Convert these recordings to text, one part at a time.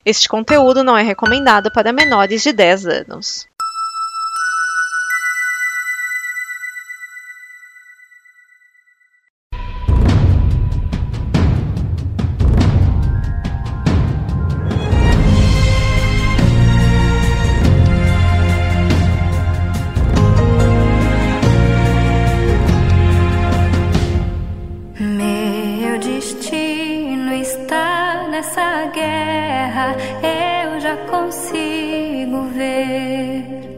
Este conteúdo não é recomendado para menores de 10 anos. Meu destino está nessa guerra, eu já consigo ver.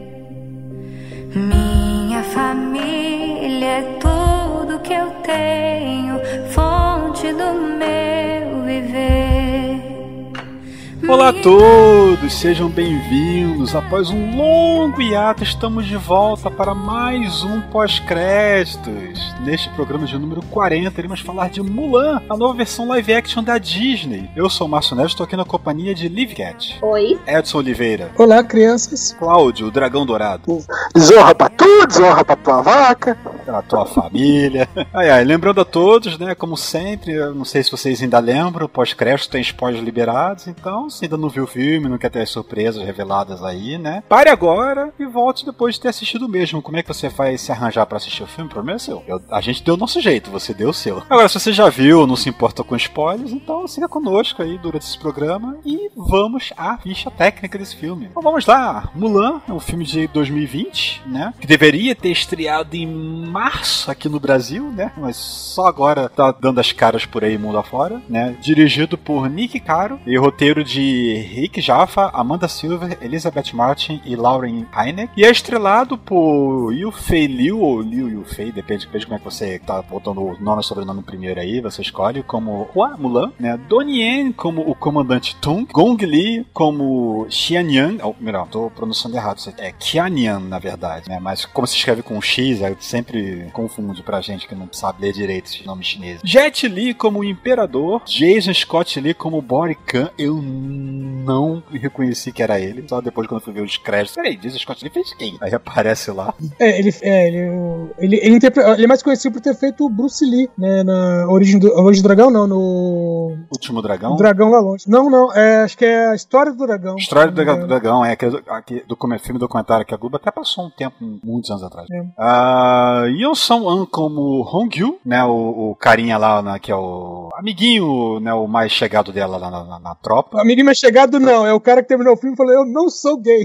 Minha família é tudo que eu tenho, fonte do meu viver. Olá a todos, sejam bem-vindos. Após um longo hiato, estamos de volta para mais um pós-créditos. Neste programa de número 40, iremos falar de Mulan, a nova versão live action da Disney. Eu sou o Márcio Neves, estou aqui na companhia de Liv Cat. Oi. Edson Oliveira. Olá, crianças. Cláudio, o Dragão Dourado. Desonra pra tu, desonra pra tua vaca. Pela tua família. Lembrando a todos, né, como sempre, eu não sei se vocês ainda lembram, o pós-crédito tem spoilers liberados, então se ainda não viu o filme, não quer ter as surpresas reveladas aí, né, pare agora e volte depois de ter assistido mesmo. Como é que você vai se arranjar pra assistir o filme? O problema é seu. A gente deu o nosso jeito, você deu o seu. Agora, se você já viu, não se importa com spoilers, então siga conosco aí durante esse programa e vamos à ficha técnica desse filme. Então vamos lá. Mulan é um filme de 2020, né, que deveria ter estreado em março aqui no Brasil, né? Mas só agora tá dando as caras por aí mundo afora, né? Dirigido por Nick Caro e roteiro de Rick Jaffa, Amanda Silver, Elizabeth Martin e Lauren Hynek. E é estrelado por Yufei Liu ou Liu Yufei, depende de como é que você tá botando o nome e sobrenome primeiro aí, você escolhe, como Hua Mulan, né? Donnie Yen como o comandante Tung, Gong Li como Xianyan, melhor, tô pronunciando errado, é Qianyan na verdade, né? Mas como se escreve com X, é sempre confunde pra gente que não sabe ler direito esses nomes chineses. Jet Li como Imperador, Jason Scott Lee como Borican, eu não reconheci que era ele, só depois quando eu fui ver os créditos. Peraí, Jason Scott Lee fez quem? Aí aparece lá. Ele é mais conhecido por ter feito o Bruce Lee, né, na Origem do Dragão, não, no... Último Dragão? O Dragão lá longe. Não, acho que é a História do Dragão. História do Dragão, aquele filme documentário que a Globo até passou um tempo, muitos anos atrás. Yeon Sung-an como Hong-gyu, né, o carinha lá, né, que é o amiguinho, né, o mais chegado dela lá na tropa. O amiguinho mais chegado não, é o cara que terminou o filme e falou, eu não sou gay.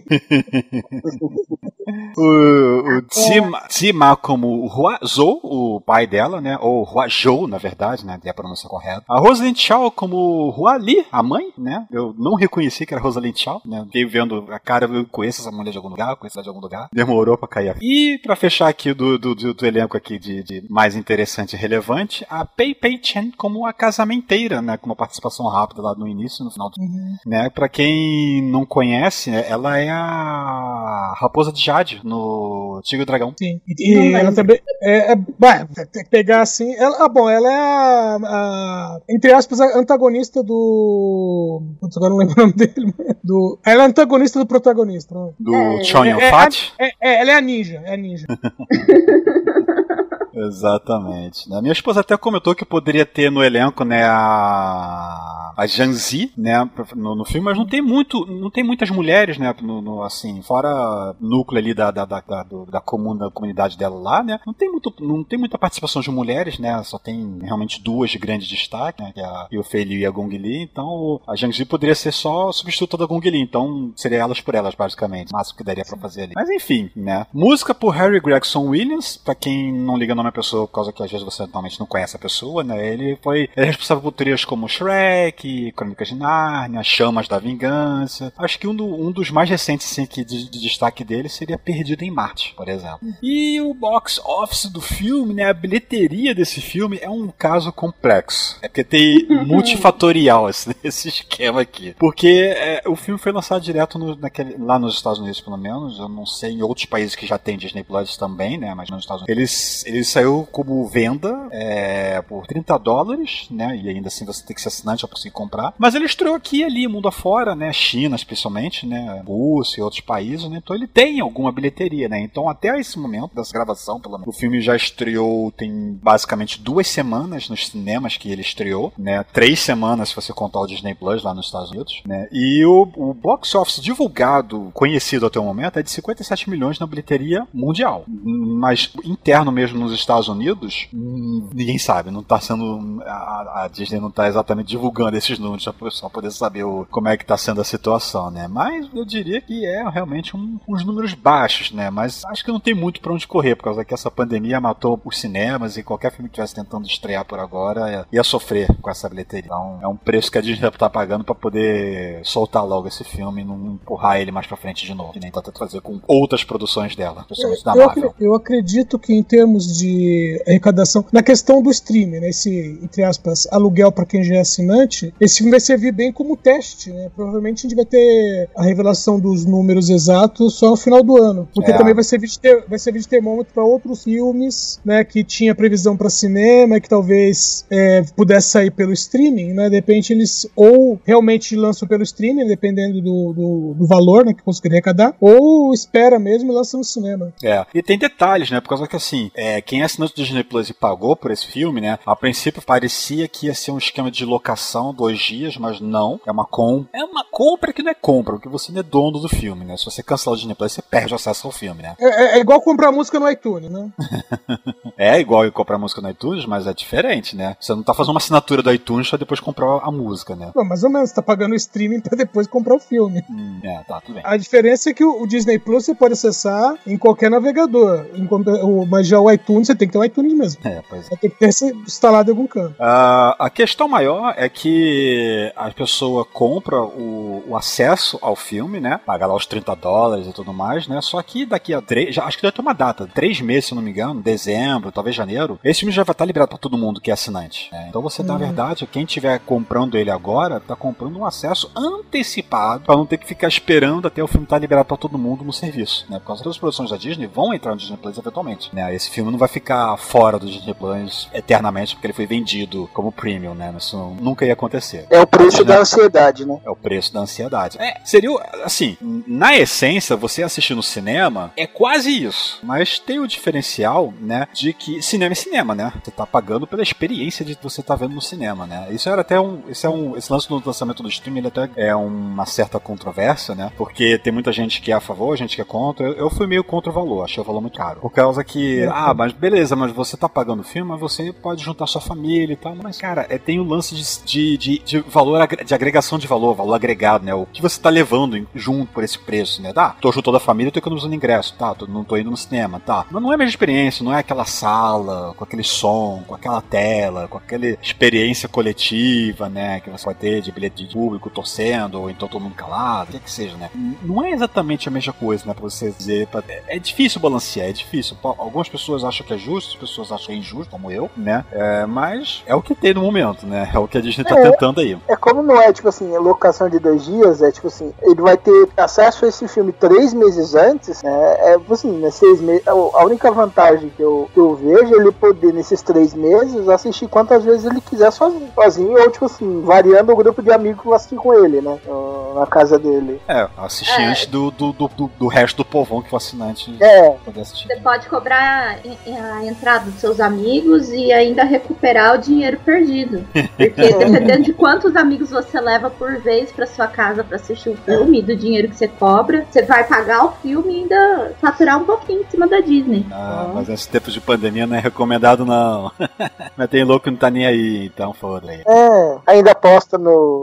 o Tsima como Hua Zhou, o pai dela, né, ou Hua Zhou, na verdade, né, é a pronúncia correta. A Rosalind Chao como Hua Li, a mãe, né, eu não reconheci que era Rosalind Chao, né, fiquei vendo a cara, eu conheço essa mulher de algum lugar, demorou pra cair. E pra fechar aqui do elenco aqui de mais interessante e relevante, a Pei Pei Chen como a casamenteira, né, com uma participação rápida lá no início e no final, né, pra quem não conhece, ela é a Raposa de Jade no Tigre e o Dragão. Sim, e ela também tem que pegar assim, ela é a entre aspas, a antagonista do... Putz, agora não lembro o nome dele. Ela é a antagonista do protagonista. Do Chon Yun-fat? Ela é a ninja. Exatamente. Minha esposa até comentou que poderia ter no elenco, né, a Janzi, né, no filme, mas não tem muitas mulheres, né, assim, fora o núcleo ali da comunidade dela lá, né, não tem muita participação de mulheres, né, só tem realmente duas de grande destaque, né, que é a Yufei Liu e a Gong Li, então a Janzi poderia ser só substituta da Gong Li, então seria elas por elas, basicamente, o máximo que daria pra fazer ali. Mas enfim, né, música por Harry Gregson Williams, pra quem não liga nome à pessoa, por causa que às vezes você normalmente não conhece a pessoa, né, ele é responsável por trilhas como Shrek, Crônicas de Nárnia, Chamas da Vingança. Acho que um dos mais recentes assim, de destaque dele seria Perdido em Marte, por exemplo. E o box office do filme, né, a bilheteria desse filme é um caso complexo. É porque tem multifatorial esse esquema aqui. Porque o filme foi lançado direto lá nos Estados Unidos, pelo menos. Eu não sei em outros países que já tem Disney Plus também, né, mas nos Estados Unidos eles saiu como venda por $30, né? E ainda assim você tem que ser assinante para conseguir comprar. Mas ele estreou aqui e ali, mundo afora, né? China especialmente, né? Rússia e outros países, né? Então ele tem alguma bilheteria, né? Então até esse momento dessa gravação, pelo menos, o filme já estreou, tem basicamente 2 semanas nos cinemas que ele estreou, né? 3 semanas se você contar o Disney Plus lá nos Estados Unidos, né? E o box office divulgado, conhecido até o momento, é de 57 milhões na bilheteria mundial. Mas interno mesmo nos Estados Unidos, ninguém sabe, não tá sendo, a Disney não tá exatamente divulgando esses números só poder saber como é que tá sendo a situação, né? Mas eu diria que é realmente uns números baixos, né? Mas acho que não tem muito pra onde correr, por causa que essa pandemia matou os cinemas e qualquer filme que estivesse tentando estrear por agora ia sofrer com essa bilheteria. Então é um preço que a Disney tá pagando pra poder soltar logo esse filme e não empurrar ele mais pra frente de novo, que nem tá tentando fazer com outras produções dela, principalmente da Marvel. Eu acredito que em termos de arrecadação, na questão do streaming, né, esse, entre aspas, aluguel pra quem já é assinante, esse filme vai servir bem como teste, né? Provavelmente a gente vai ter a revelação dos números exatos só no final do ano, porque também vai servir de termômetro para outros filmes, né, que tinha previsão para cinema, que talvez pudesse sair pelo streaming, né? De repente eles ou realmente lançam pelo streaming, dependendo do valor, né, que conseguiria arrecadar, ou espera mesmo e lança no cinema. E tem detalhes, né? Por causa que assim, quem é assinante do Disney Plus e pagou por esse filme, né? A princípio parecia que ia ser um esquema de locação 2 dias, mas não. É uma compra que não é compra, porque você não é dono do filme, né? Se você cancelar o Disney Plus, você perde o acesso ao filme, né? É igual comprar música no iTunes, né? É igual comprar música no iTunes, mas é diferente, né? Você não tá fazendo uma assinatura do iTunes pra depois comprar a música, né? Não, mais ou menos, você tá pagando o streaming pra depois comprar o filme. Tá, tudo bem. A diferença é que o Disney Plus você pode acessar em qualquer navegador, mas já o iTunes você tem que ter o iTunes mesmo. Pois é. Você tem que ter instalado em algum canto. A questão maior é que a pessoa compra o acesso ao filme, né? Paga lá os $30 e tudo mais, né? Só que daqui a 3, acho que deve ter uma data, 3 meses, se não me engano, dezembro, talvez janeiro, esse filme já vai estar liberado pra todo mundo que é assinante, né? Então você, na verdade, quem estiver comprando ele agora, tá comprando um acesso antecipado pra não ter que ficar esperando até o filme estar liberado pra todo mundo no serviço, né? Por causa que todas as produções da Disney vão entrar no Disney Plus eventualmente, né? Esse filme não vai ficar fora do Disney Plus eternamente porque ele foi vendido como premium, né? Isso nunca ia acontecer. É o preço da ansiedade, né? É o preço da ansiedade. Seria, assim, na essência, você assistir no cinema é quase isso. Mas tem o diferencial, né, de que cinema é cinema, né? Você tá pagando pela experiência de você tá vendo no cinema, né? Isso era até esse lance do lançamento do streaming, ele até é uma certa controvérsia, né? Porque tem muita gente que é a favor, gente que é contra. Eu fui meio contra o valor, achei o valor muito caro. Por causa que, mas beleza, mas você tá pagando o filme, mas você pode juntar sua família e tal. Mas, cara, tem o lance de valor, de agregação de valor agregado, né? O que você tá levando junto por esse preço, né? Tá, tô junto toda a família, tô economizando ingresso, tá? Não tô indo no cinema, tá? Mas não é a mesma experiência, não é aquela sala, com aquele som, com aquela tela, com aquela experiência coletiva, né? Que você vai ter de bilhete de público torcendo, ou então todo mundo calado, o que seja, né? Não é exatamente a mesma coisa, né? Pra você dizer. É difícil balancear, é difícil. Algumas pessoas acham que é justo, outras pessoas acham que é injusto, como eu, né? Mas é o que tem no momento, né? É o que a Disney tá tentando aí. É como não é, tipo assim, locação de 2 dias, é tipo assim, ele vai ter acesso a esse filme 3 meses antes, né? Assim, né, 6 meses. A única vantagem que eu vejo é ele poder, nesses 3 meses, assistir quantas vezes ele quiser sozinho, ou tipo assim, variando o grupo de amigos que vai assistir com ele, né? Na casa dele. Assistir antes do resto do povão que for assinante poder assistir. Você pode cobrar a entrada dos seus amigos e ainda recuperar o dinheiro perdido. Porque dependendo de quantos amigos você leva por vez pra sua casa pra assistir o filme, do dinheiro que você cobra, você vai pagar o filme e ainda faturar um pouquinho em cima da Disney. Mas nesse tempo de pandemia não é recomendado, não. Mas tem louco que não tá nem aí, então foda aí. Ainda posta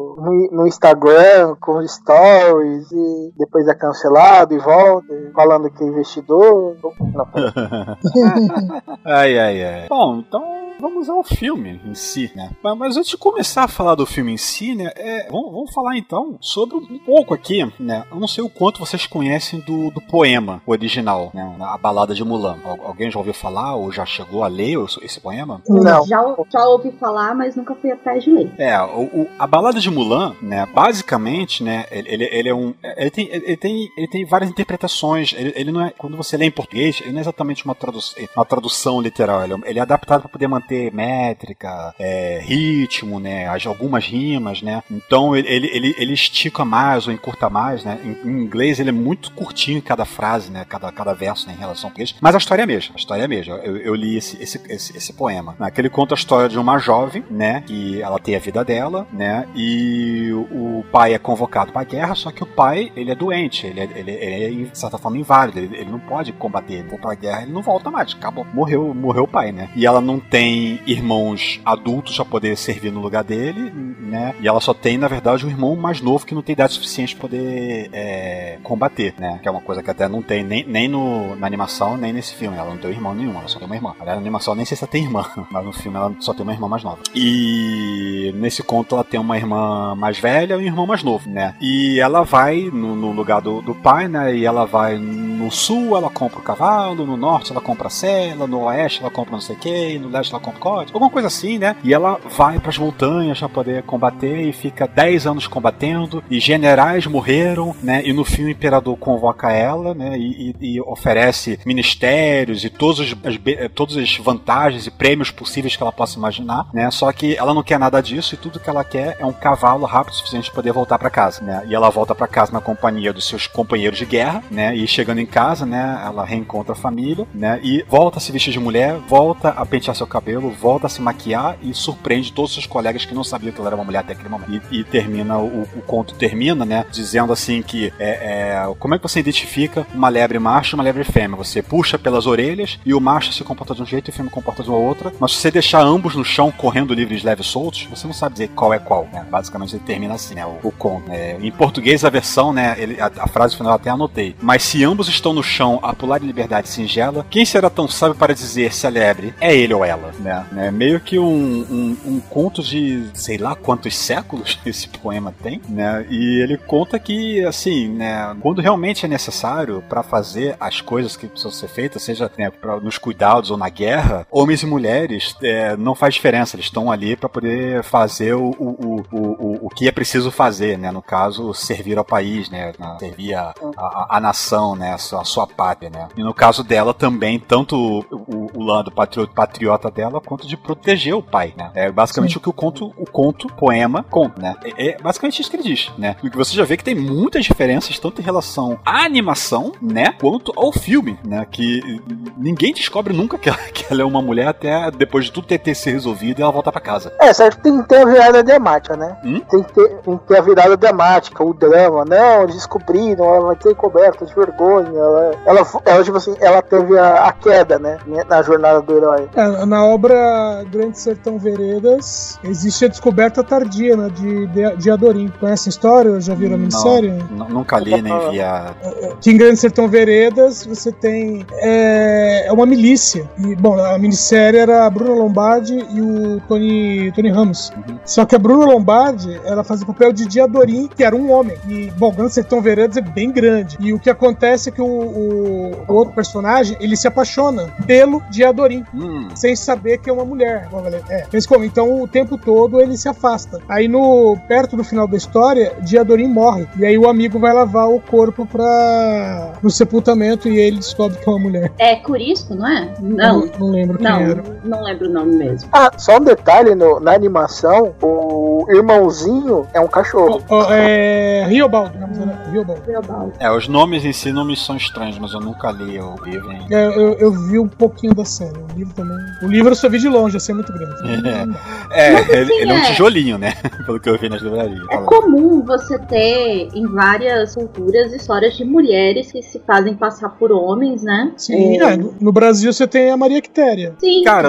no Instagram com stories e depois é cancelado e volta falando que é investidor. Ai. Bom, então vamos ao filme em si, né? Mas antes de começar a falar do filme em si, né? Vamos falar então sobre um pouco aqui, né? Eu não sei o quanto vocês conhecem do poema original, né? A Balada de Mulan. Alguém já ouviu falar ou já chegou a ler esse poema? Não. Já ouvi falar, mas nunca fui atrás de ler. A Balada de Mulan, né? Basicamente, né? Ele tem várias interpretações. Ele não é, quando você lê em português, ele não é exatamente uma tradução literal. Ele é adaptado para poder manter métrica, ritmo, né? Algumas rimas, né? Então ele estica mais ou encurta mais, né? Em inglês ele é muito curtinho em cada frase, né? Cada verso, né? Em relação ao português. Mas a história é a mesma. Eu li esse poema. Né? Que ele conta a história de uma jovem, né? Que ela tem a vida dela, né? E o pai é convocado para a guerra, só que o pai, ele é doente, ele é de certa forma inválido, ele não pode combater, ele for para a guerra, ele não volta mais, acabou, morreu o pai, né? E ela não tem irmãos adultos para poder servir no lugar dele, né? E ela só tem, na verdade, um irmão mais novo que não tem idade suficiente para poder combater, né? Que é uma coisa que até não tem nem na animação, nem nesse filme. Ela não tem irmão nenhum, ela só tem uma irmã. Aliás, na animação nem sei se ela tem irmã, mas no filme ela só tem uma irmã mais nova. E nesse conto ela tem uma irmã mais velha e um irmão mais novo, né? E ela vai no lugar do pai, né? E ela vai no sul, ela compra o cavalo, no norte ela compra a sela, no oeste ela compra não sei o que, no leste ela compra o código, alguma coisa assim, né? E ela vai pras montanhas pra poder combater e fica 10 anos combatendo, e generais morreram, né? E no fim o imperador convoca ela, né? E oferece ministérios e todas as vantagens e prêmios possíveis que ela possa imaginar, né? Só que ela não quer nada disso e tudo que ela quer é um cavalo rápido o suficiente para poder voltar para casa, né? E ela volta para casa na companhia dos seus companheiros de guerra, né? E chegando em casa, né? Ela reencontra a família, né? E volta a se vestir de mulher, volta a pentear seu cabelo, volta a se maquiar e surpreende todos os seus colegas que não sabiam que ela era uma mulher até aquele momento. E termina, o conto termina, né? Dizendo assim que como é que você identifica uma lebre macho e uma lebre fêmea? Você puxa pelas orelhas e o macho se comporta de um jeito e a fêmea se comporta de uma outra, mas se você deixar ambos no chão correndo livres, leves, soltos, você não sabe dizer qual é qual, né? Basicamente ele termina assim, né? O conto. Em português a versão, né? A frase final eu até anotei. Mas se ambos estão no chão a pular em liberdade singela, quem será tão sábio para dizer se a lebre é ele ou ela, né? Meio que um conto de sei lá quantos séculos esse poema tem, né? E ele conta que, assim, né? Quando realmente é necessário para fazer as coisas que precisam ser feitas, seja, né, nos cuidados ou na guerra, homens e mulheres não faz diferença, eles estão ali para poder fazer o que é preciso fazer, né? No caso, servir ao país, né? Servir a nação, né? A sua pátria, né? E no caso dela também, tanto o lado patriota dela, quanto de proteger o pai, né? É basicamente o que o poema conta, né? É basicamente isso que ele diz, né? E que você já vê que tem muitas diferenças, tanto em relação à animação, né? Quanto ao filme, né? Que ninguém descobre nunca que ela é uma mulher até depois de tudo ter sido resolvido e ela volta pra casa. Certo, tem que ter a virada dramática, né? Tem que ter a virada dramática, o drama. Não, eles descobriram, ela vai ter coberta de vergonha. Ela tipo assim, ela teve a queda, né? Na jornada do herói. Na obra Grande Sertão Veredas, existe a descoberta tardia, né? De Adorim. Conhece a história? Já viram a minissérie? Nunca li, nem vi a... Que em Grande Sertão Veredas você tem uma milícia. E, bom, a minissérie era a Bruna Lombardi e o Tony Ramos. Só que a Bruna Lombardi, ela fazia o papel de Diadorim, que era um homem. E, bom, Grande Sertão Veredas é bem grande. E o que acontece é que o outro personagem, ele se apaixona pelo Diadorim, sem saber que é uma mulher. Então, o tempo todo ele se afasta. Aí, perto do final da história, Diadorim morre. E aí o amigo vai lavar o corpo no sepultamento e ele descobre que é uma mulher. É Curisto, não é? Não lembro quem era. Não lembro o nome mesmo. Só um detalhe, na animação, o irmãozinho é um cachorro. Riobaldo. Os nomes em si não me são estranhos, mas eu nunca li o livro ainda. Eu vi um pouquinho da série. O livro também. O livro eu só vi de longe, assim, é muito grande. Ele é um tijolinho, né? Pelo que eu vi nas livrarias. É comum você ter em várias culturas histórias de mulheres que se fazem passar por homens, né? Sim, no Brasil você tem a Maria Quitéria. Sim, cara,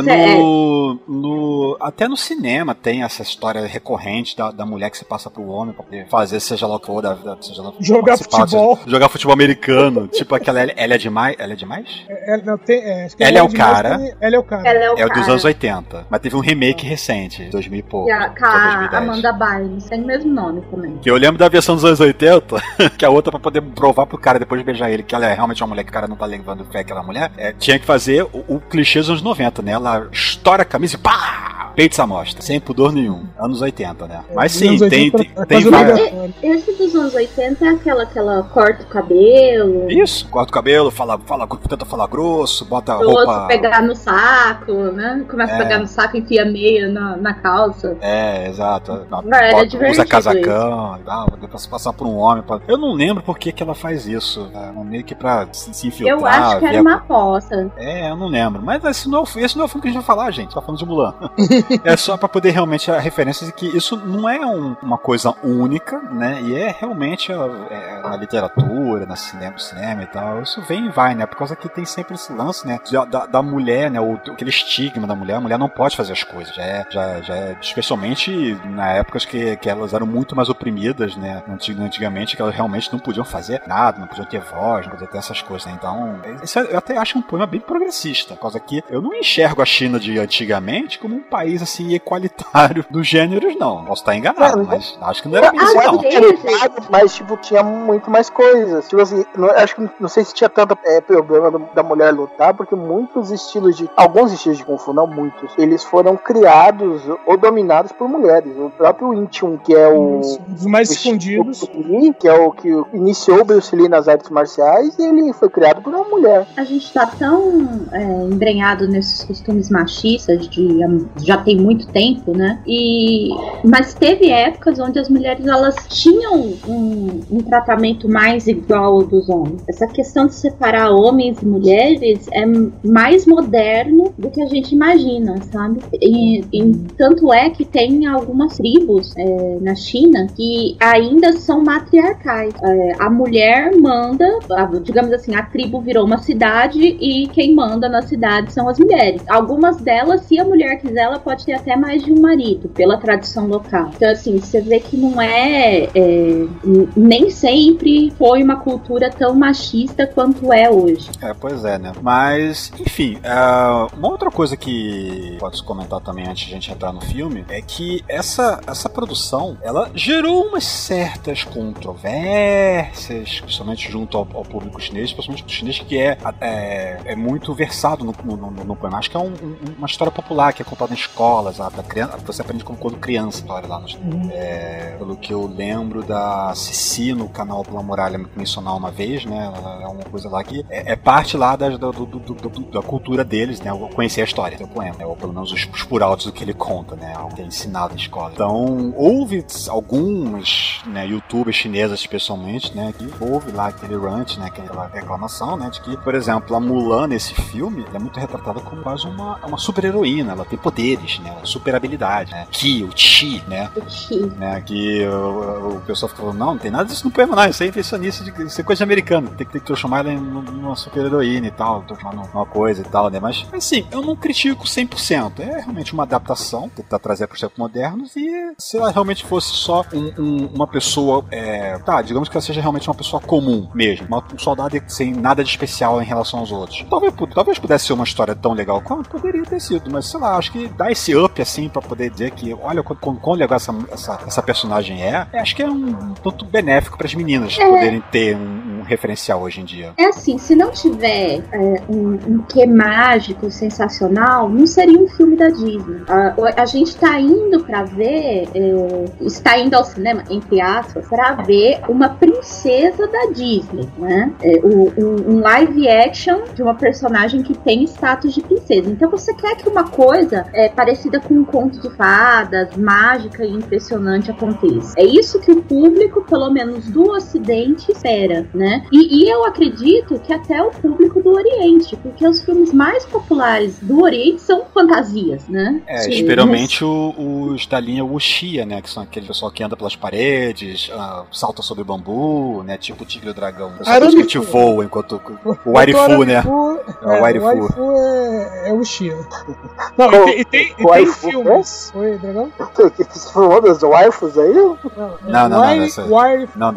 até no cinema tem essa história recorrente da mulher que se passa pro homem pra poder fazer seja lá o que for, seja lá... Jogar futebol. Jogar futebol americano. Tipo aquela Ela é Demais. Ela é Demais? Acho que Ela é o cara. Ela é o cara. É o dos anos 80. Mas teve um remake recente, 2000 e pouco. Com a Amanda Bynes. Tem o mesmo nome também. Que eu lembro da versão dos anos 80, que a outra, pra poder provar pro cara depois de beijar ele que ela é realmente uma mulher que o cara não tá levando fé aquela mulher, tinha que fazer o clichê dos anos 90, né? Ela estoura a camisa e pá! Peitos à mostra. Sem pudor nenhum. Anos 80, né? Mas sim, tem várias. Esse dos anos 80 é aquela que ela corta o cabelo. Isso, corta o cabelo, tenta falar grosso, bota a o roupa. Outro pegar no saco, né? Começa a pegar no saco e enfia meia na calça. Exato. Usa casacão e tal, pra se passar por um homem. Eu não lembro por que ela faz isso. Né? Meio que pra se infiltrar. Eu acho que era uma aposta. Eu não lembro. Mas esse não é o filme que a gente vai falar, gente. Tá falando de Mulan. É só pra poder realmente a referência de que isso não é uma coisa única, né? E é realmente na literatura, no cinema e tal. Isso vem e vai, né? Por causa que tem sempre esse lance, né? Da mulher, né? Aquele estigma da mulher. A mulher não pode fazer as coisas. Especialmente na época que elas eram muito mais oprimidas, né? Antigamente, que elas realmente não podiam fazer nada, não podiam ter voz, não podiam ter essas coisas, né? Então, eu até acho um poema bem progressista. Por causa que eu não enxergo a China de antigamente como um país, assim, equalitário dos gêneros, não. Posso estar enganado, mas acho que não era bem assim, não. Mas, tipo, tinha muito mais coisas. Tipo assim, não sei se tinha tanto problema da mulher lutar, porque alguns estilos de Kung Fu, não muitos, eles foram criados ou dominados por mulheres. O próprio Wing Chun, que é os mais escondidos, que é o que iniciou o Bruce Lee nas artes marciais, ele foi criado por uma mulher. A gente tá tão embrenhado nesses costumes machistas já tem muito tempo, né? Mas teve épocas onde as mulheres elas tinham um tratamento mais igual ao dos homens. Essa questão de separar homens e mulheres é mais moderno do que a gente imagina, sabe? E tanto é que tem algumas tribos na China que ainda são matriarcais. A mulher manda, digamos assim, a tribo virou uma cidade e quem manda na cidade são as mulheres. Algumas delas, se a mulher quiser, ela pode ter até mais de um marido, pela tradição local. Então, assim, você vê que não nem sempre foi uma cultura tão machista quanto é hoje. Pois é, né? Mas, enfim, uma outra coisa que pode comentar também antes de a gente entrar no filme é que essa produção, ela gerou umas certas controvérsias, principalmente junto ao público chinês, principalmente o chinês que é muito versado no poema. Acho que é uma história popular que é contada em escolas, você aprende quando criança, história lá no pelo que eu lembro da Cici no canal Pela Muralha me mencionar uma vez, né? É uma coisa lá que é parte lá da cultura deles, né? Eu conheci a história do poema, né? Ou pelo menos os por altos do que ele conta, né? Algo que é ensinado na escola. Então, houve algumas, né, youtubers chinesas, especialmente, né? Que houve lá aquele rant, né? Aquela reclamação, né? De que, por exemplo, a Mulan nesse filme é muito retratada como quase uma super-heroína. Ela tem poderes, né? Super habilidade, né? O Chi, né? O Chi. Né? Que o pessoal falou, não tem nada disso no poema, não. Isso é invencionista de ser coisa de americano. Tem que transformar ela em uma super-heroína e tal, transformar numa coisa e tal, né? Mas, assim, eu não critico 100%. É realmente uma adaptação, tentar trazer para os tempos modernos, e se ela realmente fosse só uma pessoa, digamos que ela seja realmente uma pessoa comum mesmo, um soldado sem nada de especial em relação aos outros. Talvez pudesse ser uma história tão legal quanto poderia ter sido, mas sei lá, acho que dá esse up assim pra poder dizer que, olha quão legal essa personagem acho que é um tanto benéfico para as meninas poderem ter um referencial hoje em dia. É assim, se não tiver um quê mágico, sensacional, não seria um filme da Disney. A gente tá indo pra ver, está indo ao cinema, entre aspas, pra ver uma princesa da Disney, né? Um live action de uma personagem que tem status de princesa. Então você quer que uma coisa parecida com um conto de fadas, mágica e impressionante aconteça. É isso que o público, pelo menos do Ocidente, espera, né? E eu acredito que até o público do Oriente, porque os filmes mais populares do Oriente são fantasias, né? Geralmente os da linha Wuxia, né? Que são aquele pessoal que anda pelas paredes, salta sobre bambu, né? Tipo o Tigre e o Dragão. O pessoal que voa enquanto o Waifu, né? O Waifu é o Wuxia. Não, e tem filmes. Oi, Dragão? Você falou das waifus aí? Não, Waifu.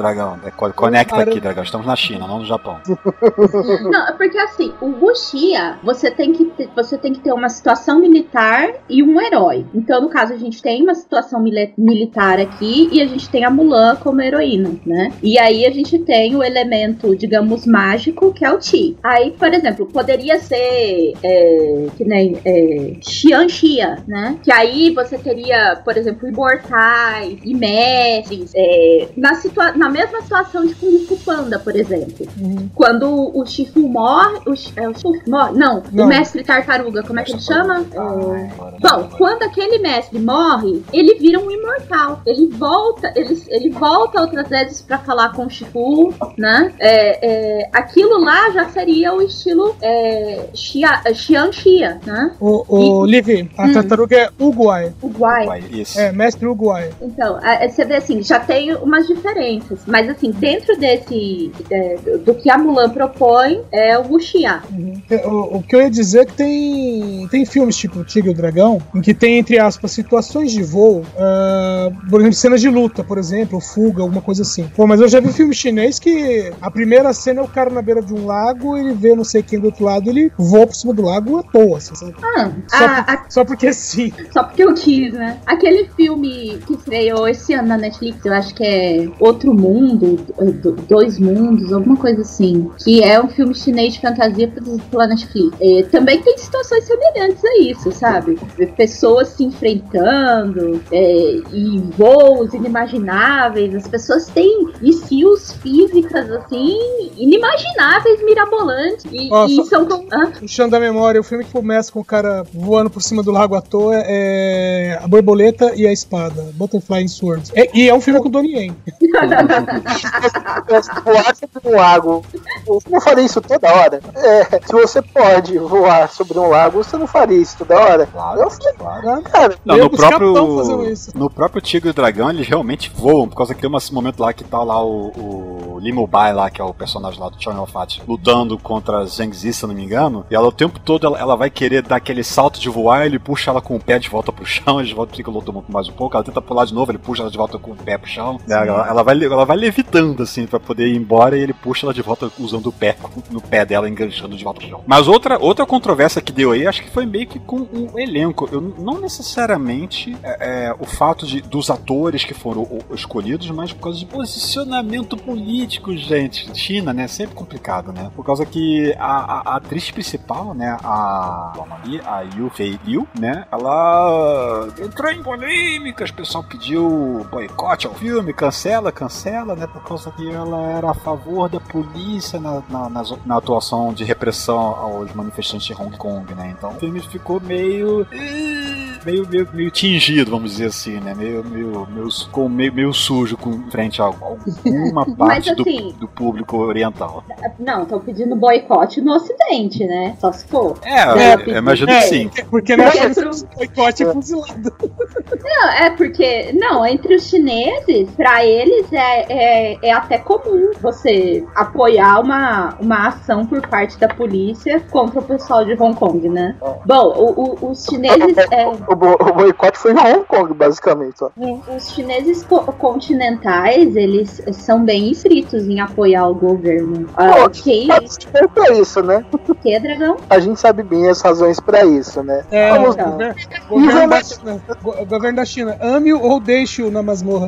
Dragão. Conecta aqui, Dragão. Estamos na China, não no Japão. Não, é porque assim, o Wuxia, você tem que ter uma situação militar e um herói. Então, no caso, a gente tem uma situação militar aqui e a gente tem a Mulan como heroína, né? E aí a gente tem o elemento, digamos, mágico, que é o Qi. Aí, por exemplo, poderia ser que nem Xianxia, né? Que aí você teria, por exemplo, imortais e mestres na mesma situação de Kung Fu Panda, por exemplo. Quando o Shifu morre, o Shifu morre? Não, o mestre tartaruga, como é que ele chama? Bom, quando aquele mestre morre, ele vira um imortal. Ele volta outras vezes pra falar com o Shifu, né? Aquilo lá já seria o estilo Xianxia, né? Liv, a tartaruga é Uguai. Uguai. Isso. Mestre Uguai. Então, você vê assim, já tem umas diferenças, mas assim, dentro do que a Mulan propõe é o Wuxia. O que eu ia dizer é que tem filmes tipo Tigre e o Dragão, em que tem, entre aspas, situações de voo, por exemplo, cenas de luta, por exemplo, fuga, alguma coisa assim. Pô, mas eu já vi filme chinês que a primeira cena é o cara na beira de um lago, ele vê não sei quem do outro lado, ele voa por cima do lago à toa, assim, sabe? Só porque sim. Só porque eu quis, né? Aquele filme que estreou esse ano na Netflix, eu acho que é Outro Mundo, Dois Mundos, alguma coisa assim, que é um filme chinês de fantasia produzido pela Netflix. Também tem situações semelhantes a isso, sabe? Pessoas se enfrentando e voos inimagináveis, as pessoas têm skills físicas assim, inimagináveis, mirabolantes, e são puxando da memória, o filme que começa com o cara voando por cima do lago à toa é A Borboleta e a Espada, Butterfly and Swords. E é um filme com o Donnie Yen. Voar sobre um lago, você não faria isso toda hora? Se você pode voar sobre um lago, você não faria isso toda hora? Claro. Cara, não, no próprio Tigre e o Dragão, eles realmente voam, por causa que tem um momento lá que tá lá o Limo Bai lá, que é o personagem lá do Chow Yun-Fat, lutando contra Zhang Zi, se eu não me engano, e ela o tempo todo ela vai querer dar aquele salto de voar, ele puxa ela com o pé de volta pro chão, eles voltam, fica lutando mais um pouco, ela tenta pular de novo, ele puxa ela de volta com o pé pro chão, ela vai levitando assim, pra poder ir embora, e ele puxa ela de volta usando o pé, no pé dela, enganchando de volta pro chão. Mas outra controvérsia que deu aí, acho que foi meio que com o elenco, não necessariamente o fato dos atores que foram escolhidos, mas por causa de posicionamento político, gente. China, né, sempre complicado, né, por causa que a atriz principal, né, a Yu Fei Liu, né, ela entrou em polêmicas, o pessoal pediu boicote ao filme, cancela, né, por causa que ela era a favor da polícia na atuação de repressão aos manifestantes de Hong Kong, né, então o filme ficou meio tingido, vamos dizer assim, né, meio sujo com frente a alguma parte assim, do público oriental. Não, estão pedindo boicote no Ocidente, né? Só se for. Eu imagino que sim. Porque não boicote é fuzilado. Não, porque... Não, entre os chineses, pra eles é até comum você apoiar uma ação por parte da polícia contra o pessoal de Hong Kong, né? Bom, os chineses... O boicote foi em Hong Kong, basicamente. Ó. Os chineses continentais, eles são bem estritos em apoiar o governo. Pra isso, né? O que, Dragão? A gente sabe bem as razões pra isso, né? O governo da China, ame-o ou deixe-o na masmorra.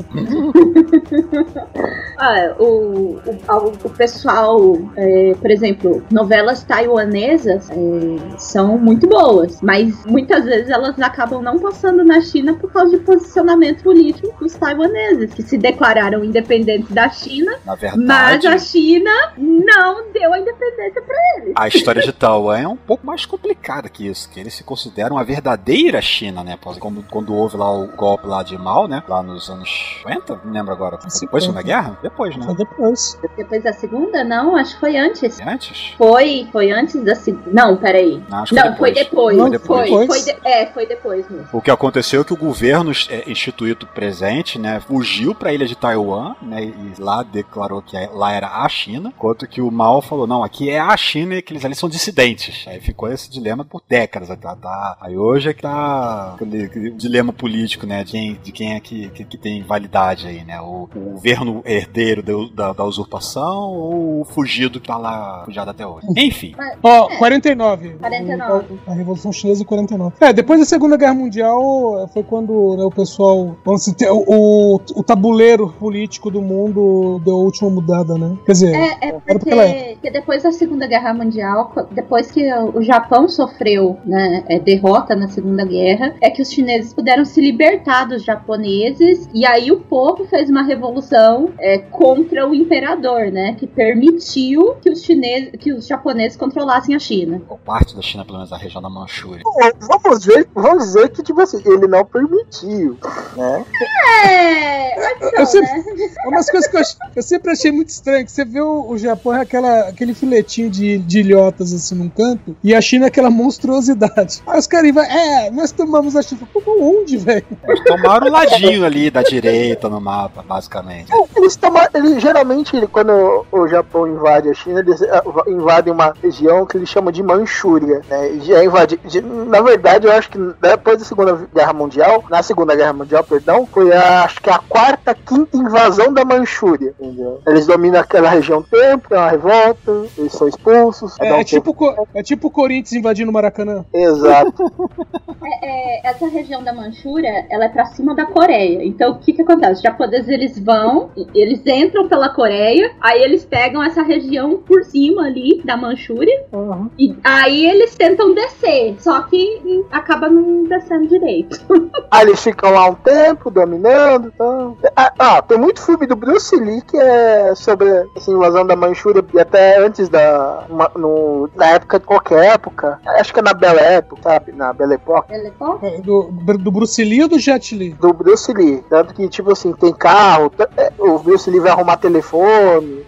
O pessoal, por exemplo, novelas taiwanesas são muito boas, mas muitas vezes elas acabam não passando na China por causa de posicionamento político dos taiwaneses, que se declararam independentes da China, na verdade, mas a China não deu a independência pra eles. A história de Taiwan é um pouco mais complicada que isso, que eles se consideram a verdadeira China, né? Quando houve lá o golpe lá de Mao, né? Lá nos anos 50, não lembro agora. Depois da Segunda Guerra? Depois, né? Depois da Segunda? Não, acho que foi antes. Antes? Foi antes da Segunda. Não, peraí. Não, foi depois. Foi depois mesmo. O que aconteceu é que o governo instituído presente, né, fugiu pra ilha de Taiwan, né, e lá declarou que lá era a China, enquanto que o Mao falou, não, aqui é a China e aqueles ali são dissidentes. Aí ficou esse dilema por décadas, tá? Aí hoje é que tá aquele dilema político político, né? De quem é que tem validade aí, né? O governo herdeiro da usurpação ou o fugido que tá lá fugido até hoje. Enfim. 49. 49. A Revolução Chinesa em 49. Depois da Segunda Guerra Mundial foi quando, né, o pessoal, vamos dizer, o tabuleiro político do mundo deu a última mudada, né? Quer dizer, porque depois da Segunda Guerra Mundial, depois que o Japão sofreu, né, derrota na Segunda Guerra, é que os chineses puderam se libertar dos japoneses, e aí o povo fez uma revolução contra o imperador, né, que permitiu que os japoneses controlassem a China. Ou parte da China, pelo menos a região da Manchúria. Vamos dizer que, tipo assim, ele não permitiu, né? Umas coisas que eu sempre achei muito estranho, que você vê o Japão é aquele filetinho de ilhotas assim num canto, e a China é aquela monstruosidade. Aí os caras vão, nós tomamos a China. Como onde, velho? Eles tomaram o ladinho ali da direita no mapa, basicamente. Geralmente, quando o Japão invade a China, eles invadem uma região que eles chamam de Manchúria, né? Na verdade, eu acho que depois da Segunda Guerra Mundial, foi acho que a quarta, quinta invasão da Manchúria, entendeu? Eles dominam aquela região tempo, tem uma revolta, eles são expulsos. É tipo o Corinthians invadindo o Maracanã. Exato. Essa região da Manchúria, ela é pra cima da Coreia. Então, o que acontece? Os japoneses, eles entram pela Coreia, aí eles pegam essa região por cima ali da Manchúria, e aí eles tentam descer, só que acaba não descendo direito. Aí eles ficam lá um tempo, dominando, então... tem muito filme do Bruce Lee que é sobre essa invasão da Manchúria, e até antes na época de qualquer época, acho que é na Belle Époque, sabe? Na Belle Époque. Do Bruce Lee ou do Jet Li? Do Bruce Lee, tanto que, tipo assim, tem carro, o Bruce Lee vai arrumar telefone.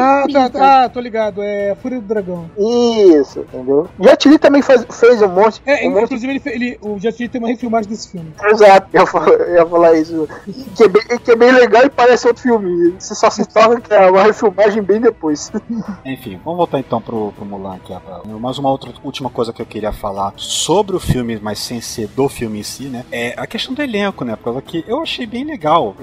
Tô ligado, é a Fúria do Dragão. Isso, entendeu? Jet Li também fez um monte. Inclusive, o Jet Li tem uma refilmagem desse filme. Exato, eu ia falar isso. Que é bem legal e parece outro filme. Você só se toca que é uma refilmagem bem depois. Enfim, vamos voltar então pro Mulan aqui. Mais uma última coisa que eu queria falar sobre o filme, mas sem ser do filme em si, né? É a questão do elenco, né? Porque que eu achei bem legal.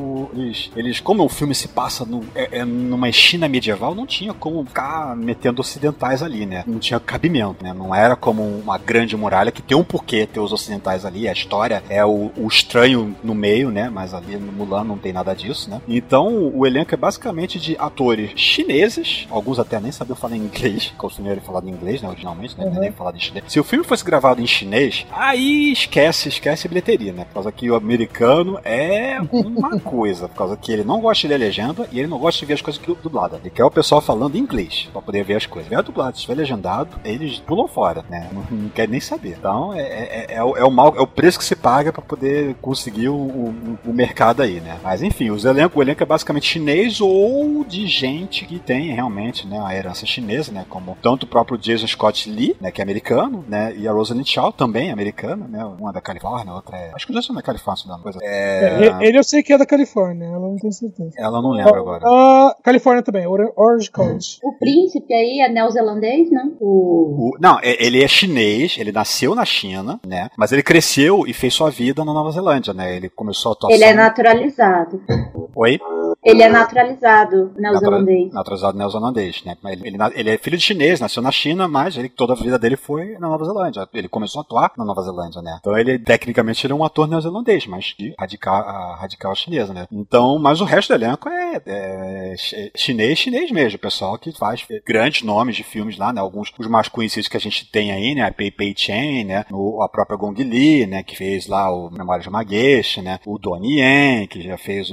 Eles como o filme se passa numa China medieval, não tinha como ficar metendo ocidentais ali, né? Não tinha cabimento, né? Não era como uma grande muralha que tem um porquê ter os ocidentais ali. A história é o estranho no meio, né? Mas ali no Mulan não tem nada disso, né? Então o elenco é basicamente de atores chineses, alguns até nem sabiam falar inglês, que o filme era falado em inglês, né? Originalmente, né? Nem falado em chinês. Se o filme fosse gravado em chinês, aí esquece bilheteria, né? Por causa que o americano é uma coisa, por causa que ele não gosta de ler legenda e ele não gosta de ver as coisas dubladas. Ele quer o pessoal falando inglês pra poder ver as coisas. Se tiver dublado, se tiver legendado, eles pulam fora, né? Não quer nem saber. Então é o preço que se paga pra poder conseguir o mercado aí, né? Mas enfim, o elenco é basicamente chinês ou de gente que tem realmente, né, a herança chinesa, né? Como tanto o próprio Jason Scott Lee, né, que é americano, né? E a Rosalind Shaw também é americana, né? Uma da Califórnia, a outra é... Acho que o Jason é da Califórnia, se não coisa. Ele eu sei que é da Califórnia, ela não tem certeza. Ela não lembra agora. Califórnia também, Orange County. O príncipe aí é neozelandês, né? Não, ele é chinês, ele nasceu na China, né? Mas ele cresceu e fez sua vida na Nova Zelândia, né? Ele começou a atuação... Ele é naturalizado. Oi? Ele é naturalizado neozelandês. Naturalizado neozelandês, né? Ele é filho de chinês, nasceu na China, mas toda a vida dele foi na Nova Zelândia. Ele começou a atuar na Nova Zelândia, né? Então tecnicamente, ele é um ator neozelandês, mas de radical chinesa, né? Então, mas o resto do elenco é chinês mesmo. O pessoal que faz grandes nomes de filmes lá, né? Alguns os mais conhecidos que a gente tem aí, né? A Pei Chen, né? A própria Gong Li, né? Que fez lá o Memórias de uma Geisha, né? O Donnie Yen, que já fez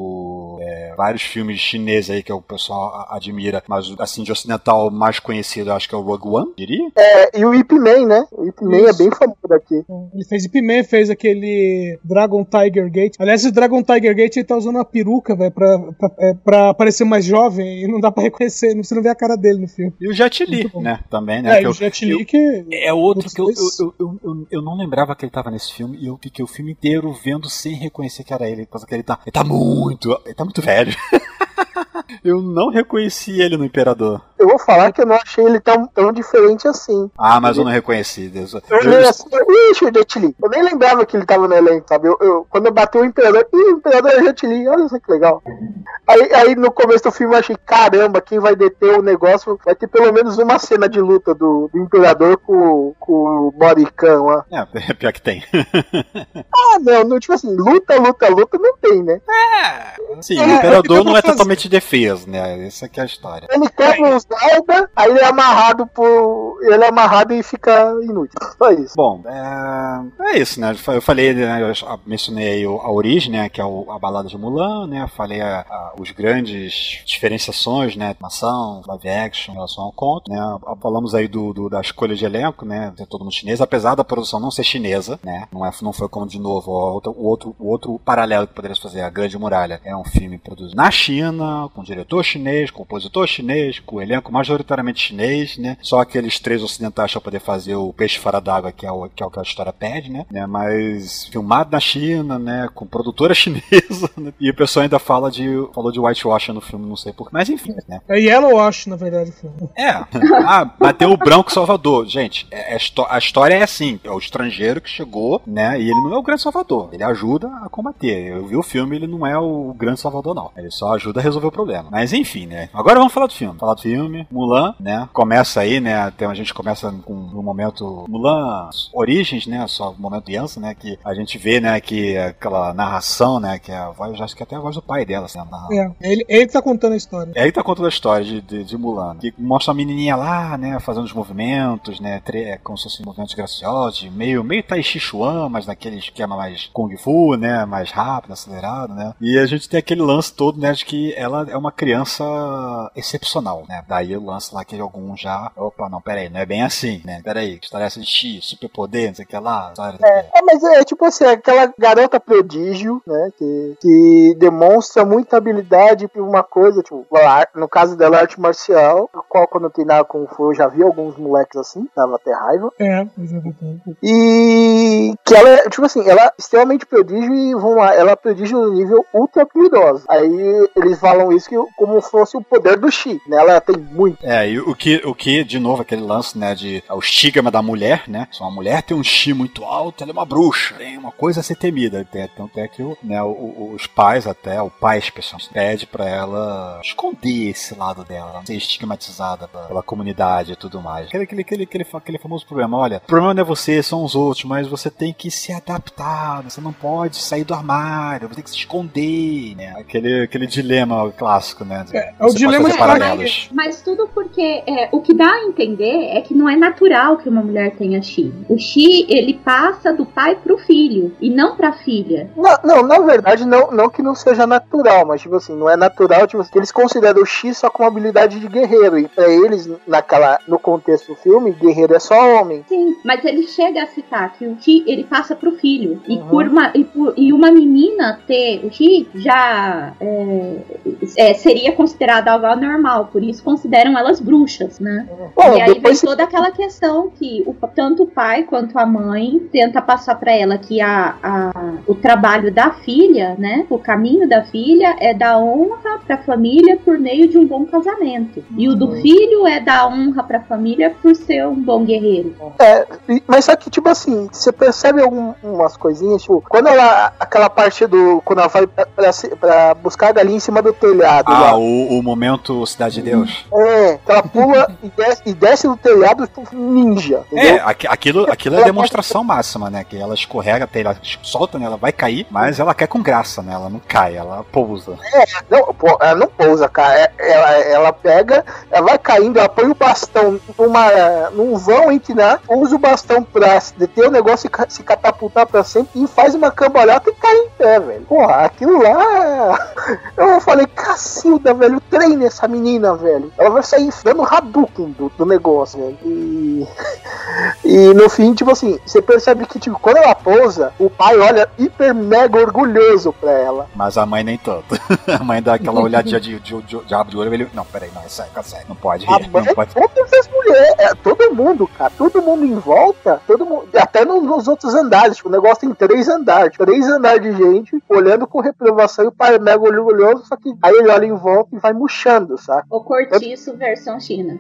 vários filmes chineses aí que o pessoal admira, mas assim, de ocidental mais conhecido, acho que é o Rogue One, diria? E o Ip Man, né? O Ip Man é bem famoso daqui. Ele fez Ip Man, fez aquele Dragon Tiger Gate. Aliás, o Dragon Tiger Gate, ele tá usando uma peruca, velho, pra parecer mais jovem, e não dá pra reconhecer, você não vê a cara dele no filme. E o Jet Li, né? Também, né? O Jet Li que... É outro que eu não lembrava que ele tava nesse filme, e eu fiquei o filme inteiro vendo sem reconhecer que era ele, por causa que ele tá muito velho. Eu não reconheci ele no Imperador. eu vou falar que eu não achei ele tão diferente assim. Ah, mas eu não reconheci. Eu olhei assim, ixi, o Jet Li. Eu nem lembrava que ele tava no elenco, sabe? Quando eu bati o Imperador, o Imperador é Jet Li, olha só que legal. Aí no começo do filme eu achei, caramba, quem vai deter o negócio vai ter pelo menos uma cena de luta do Imperador com o Borican lá. É, pior que tem. Não, tipo assim, luta não tem, né? Sim, o Imperador não é totalmente defeso, né? Essa aqui é a história. Ele quebra os guarda, aí ele é amarrado e fica inútil. Só isso. Bom, é isso, né? Eu falei, né? Eu mencionei aí a origem, né? Que é a balada de Mulan, né? Falei os grandes diferenciações, né? Animação, live action em relação ao conto, né? Falamos aí da escolha de elenco, né? Tem todo mundo chinês, apesar da produção não ser chinesa, né? Não foi como, de novo, o outro paralelo que poderia fazer, a Grande Muralha. É um filme produzido na China, com diretor chinês, compositor chinês, com elenco majoritariamente chinês, né? Só aqueles 3 ocidentais para poder fazer o peixe fora d'água, que é o que a história pede, né? Mas filmado na China, né? Com produtora chinesa, né? E o pessoal ainda falou de whitewash no filme, não sei porquê. Mas enfim, né? É yellowwash, na verdade, o filme. Bateu o branco Salvador. Gente, a história é assim, é o estrangeiro que chegou, né? E ele não é o grande salvador. Ele ajuda a combater. Eu vi o filme, ele não é o grande salvador, não. Ele só ajuda a resolver o problema. Mas enfim, né? Agora vamos falar do filme. Mulan, né? Começa aí, né? A gente começa com um momento Mulan Origens, né? Só o momento criança, né? Que a gente vê, né? Que aquela narração, né? Que é a voz, acho que até a voz do pai dela, assim, ele tá contando a história. Ele tá contando a história de Mulan. Que mostra a menininha lá, né? Fazendo os movimentos, né? Como se fossem movimentos graciosos, meio Tai Chi Chuan, mas naquele esquema mais Kung Fu, né? Mais rápido, acelerado, né? E a gente tem aquele lance todo, né? De que ela é uma criança excepcional, né? Daí o lance lá que alguns já... Opa, não, peraí, não é bem assim, né? Peraí, que história é essa de Chi, superpoder, não sei o que lá. Mas é tipo assim, aquela garota prodígio, né? Que demonstra muita habilidade pra uma coisa, tipo, no caso dela, arte marcial, quando eu treinava Kung Fu, eu já vi alguns moleques assim, dava até raiva. E que ela é, tipo assim, ela é extremamente prodígio e, vamos lá, ela é prodígio no nível ultra habilidosa. Aí eles falam isso como se fosse o poder do Chi, né? Ela tem muito. E o que, de novo, aquele lance, né, o estigma da mulher, né? Se uma mulher tem um Chi muito alto, ela é uma bruxa, tem uma coisa a ser temida. Tanto é que os pais, até o pai especialmente, pede pra ela esconder esse lado dela, não ser estigmatizada pela comunidade e tudo mais. Aquele famoso problema, olha, o problema não é você, são os outros, mas você tem que se adaptar, você não pode sair do armário, você tem que se esconder, né? Aquele dilema clássico, né? O dilema de paralelos. Mas tudo porque o que dá a entender é que não é natural que uma mulher tenha Chi. O Chi, ele passa do pai pro filho e não pra filha. Não, na verdade, não que não seja natural, mas tipo assim, não é natural, tipo assim, eles consideram o Chi só como habilidade de guerreiro, e pra eles, no contexto do filme, guerreiro é só homem. Sim, mas ele chega a citar que o Chi, ele passa pro filho, e uma menina ter o Chi já seria considerado algo anormal, por isso consideram elas bruxas, né? E aí vem toda aquela questão que tanto o pai quanto a mãe tenta passar pra ela que o trabalho da filha, né, o caminho da filha é dar honra pra família por meio de um bom casamento, e o do filho é dar honra pra família por ser um bom guerreiro. Mas só que, tipo assim, você percebe algumas coisinhas, tipo, quando aquela parte quando ela vai pra buscar a galinha em cima do telhado. O momento Cidade de Deus. Que ela pula e desce do telhado tipo ninja. Aquilo é a demonstração máxima, né? Que ela escorrega, ela solta, né? Ela vai cair, mas ela quer com graça, né? Ela não cai, ela pousa. Ela não pousa, cara. Ela pega, ela vai caindo, ela põe o bastão num vão inclinado, usa o bastão pra deter o negócio e se catapultar pra sempre e faz uma cambalhota e cai em pé, velho. Porra, aquilo lá... Eu falei, cacilda, velho, treina essa menina, velho. Ela vai sair dando Hadouken do negócio, velho. E no fim, tipo assim, você percebe que tipo, quando ela pousa, o pai olha hiper mega orgulhoso pra ela. Mas a mãe nem tanto. A mãe dá aquela olhadinha de rabo de olho, ele... Não, peraí, não, é sério, não pode rir. Não pode... Todas as mulheres, todo mundo, cara, todo mundo em volta, todo mundo, até nos outros andares, tipo, o negócio tem 3 andares de gente olhando com reprovação e o pai é mega orgulhoso, só que aí ele olha em volta e vai murchando, sabe? O cortiço versão China.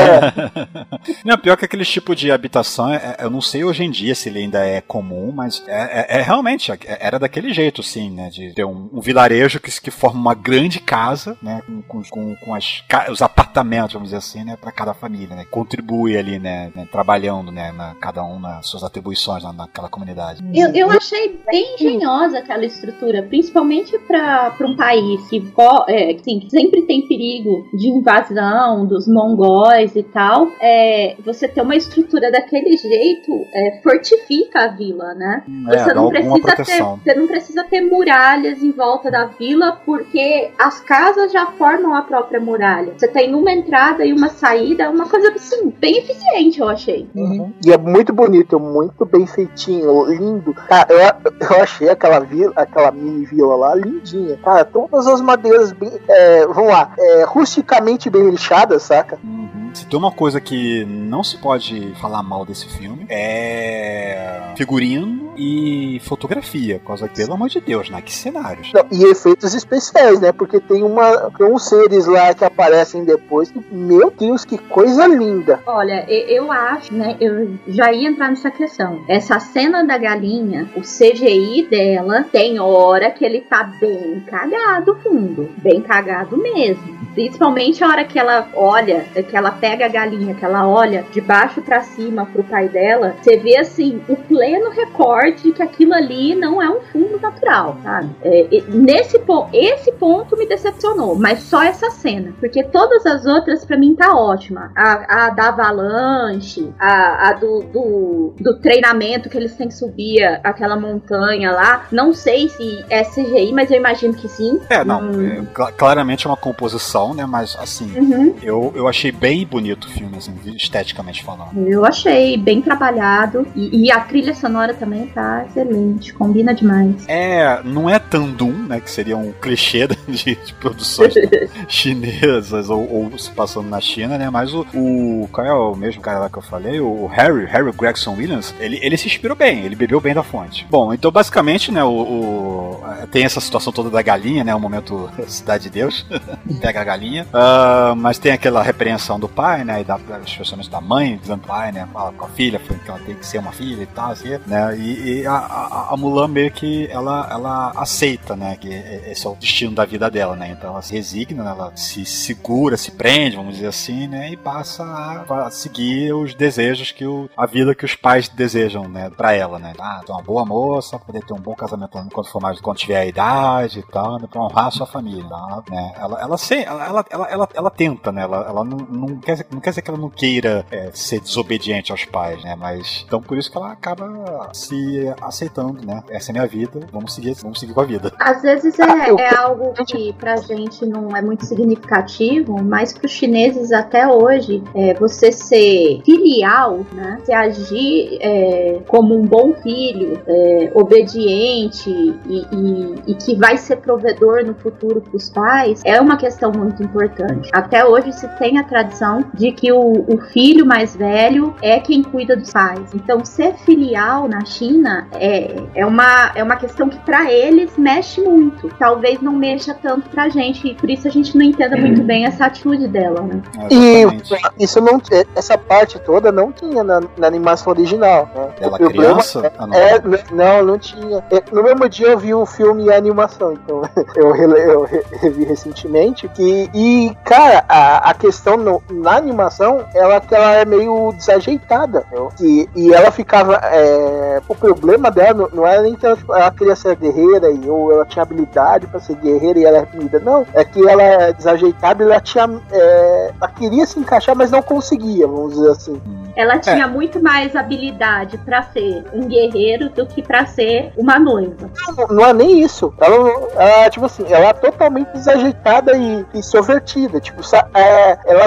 Não, pior que aquele tipo de habitação, eu não sei hoje em dia se ele ainda é comum, mas realmente, era daquele jeito, assim, né, de ter um vilarejo que forma uma grande casa, né, com os apartamentos, vamos dizer assim, né, pra cada família, né, contribui ali, né trabalhando, né, cada um nas suas atribuições naquela comunidade. Eu achei bem engenhosa aquela estrutura, principalmente para um país que sempre tem perigo de invasão dos mongóis e tal. Você ter uma estrutura daquele jeito fortifica a vila, né? Você não precisa ter muralhas em volta da vila, porque as casas já formam a própria muralha. Você tem uma entrada e uma saída, uma coisa assim, bem eficiente, eu achei. E é muito bonito, muito bem feitinho, lindo. Cara, eu achei aquela mini vila lá lindinha. Cara, todas as madeiras bem, vamos lá, rusticamente bem lixadas, saca? Se tem uma coisa que não se pode falar mal desse filme, é figurino e fotografia, coisa que, pelo amor de Deus, né? Que cenários. Não, e efeitos especiais, né? Porque tem uns seres lá que aparecem depois que, meu Deus, que coisa linda. Olha, eu acho, né? Eu já ia entrar nessa questão. Essa cena da galinha, o CGI dela, tem hora que ele tá bem cagado fundo. Bem cagado mesmo. Principalmente a hora que ela olha, que ela pega a galinha, que ela olha de baixo pra cima pro pai dela, você vê assim, o pleno recorde de que aquilo ali não é um fundo natural, sabe? Esse ponto me decepcionou, mas só essa cena, porque todas as outras pra mim tá ótima. A da avalanche, a do treinamento que eles têm que subir aquela montanha lá, não sei se é CGI, mas eu imagino que sim. Claramente é uma composição, né? Mas assim, eu achei bem bonito o filme, assim, esteticamente falando. Eu achei bem trabalhado e a trilha sonora também tá excelente, combina demais. Não é Tandum, né, que seria um clichê de produções chinesas ou se passando na China, né, mas qual é o mesmo cara lá que eu falei? O Harry Gregson Williams, ele se inspirou bem, ele bebeu bem da fonte. Bom, então basicamente, né, tem essa situação toda da galinha, né, o momento Cidade de Deus, pega a galinha, mas tem aquela repreensão do pai, né, e especialmente da mãe, dizendo pai, né, fala com a filha, que ela tem que ser uma filha e tal, assim, né, e a Mulan meio que ela aceita, né, que esse é o destino da vida dela, né, então ela se resigna, né, ela se segura, se prende, vamos dizer assim, né, e passa a seguir os desejos a vida que os pais desejam, né, pra ela, né, ter uma boa moça, poder ter um bom casamento quando tiver a idade e tal, né, pra honrar a sua família, tá, né, ela tenta, né, ela não quer dizer que ela não queira ser desobediente aos pais, né, mas então por isso que ela acaba se aceitando, né, essa é a minha vida, vamos seguir com a vida. Às vezes é algo que pra gente não é muito significativo, mas pros chineses até hoje, você ser filial, né, se agir como um bom filho, obediente e que vai ser provedor no futuro pros pais, é uma questão muito importante. Até hoje se tem a tradição de que o filho mais velho é quem cuida dos pais. Então ser filial na China é uma questão que pra eles mexe muito. Talvez não mexa tanto pra gente, e por isso a gente não entenda muito bem essa atitude dela, né? E isso essa parte toda não tinha na animação original, né? Ela criança? Não tinha. No mesmo dia eu vi o filme e a animação, então eu revi recentemente cara, a questão na animação que ela é meio desajeitada, e ela ficava o problema dela não era nem que ela queria ser guerreira ou ela tinha habilidade pra ser guerreira e ela é comida, não, é que ela é desajeitada e ela queria se encaixar, mas não conseguia, vamos dizer assim. ela tinha muito mais habilidade pra ser um guerreiro do que pra ser uma noiva. Não é nem isso. Ela tipo assim, ela é totalmente desajeitada e extrovertida. Tipo, ela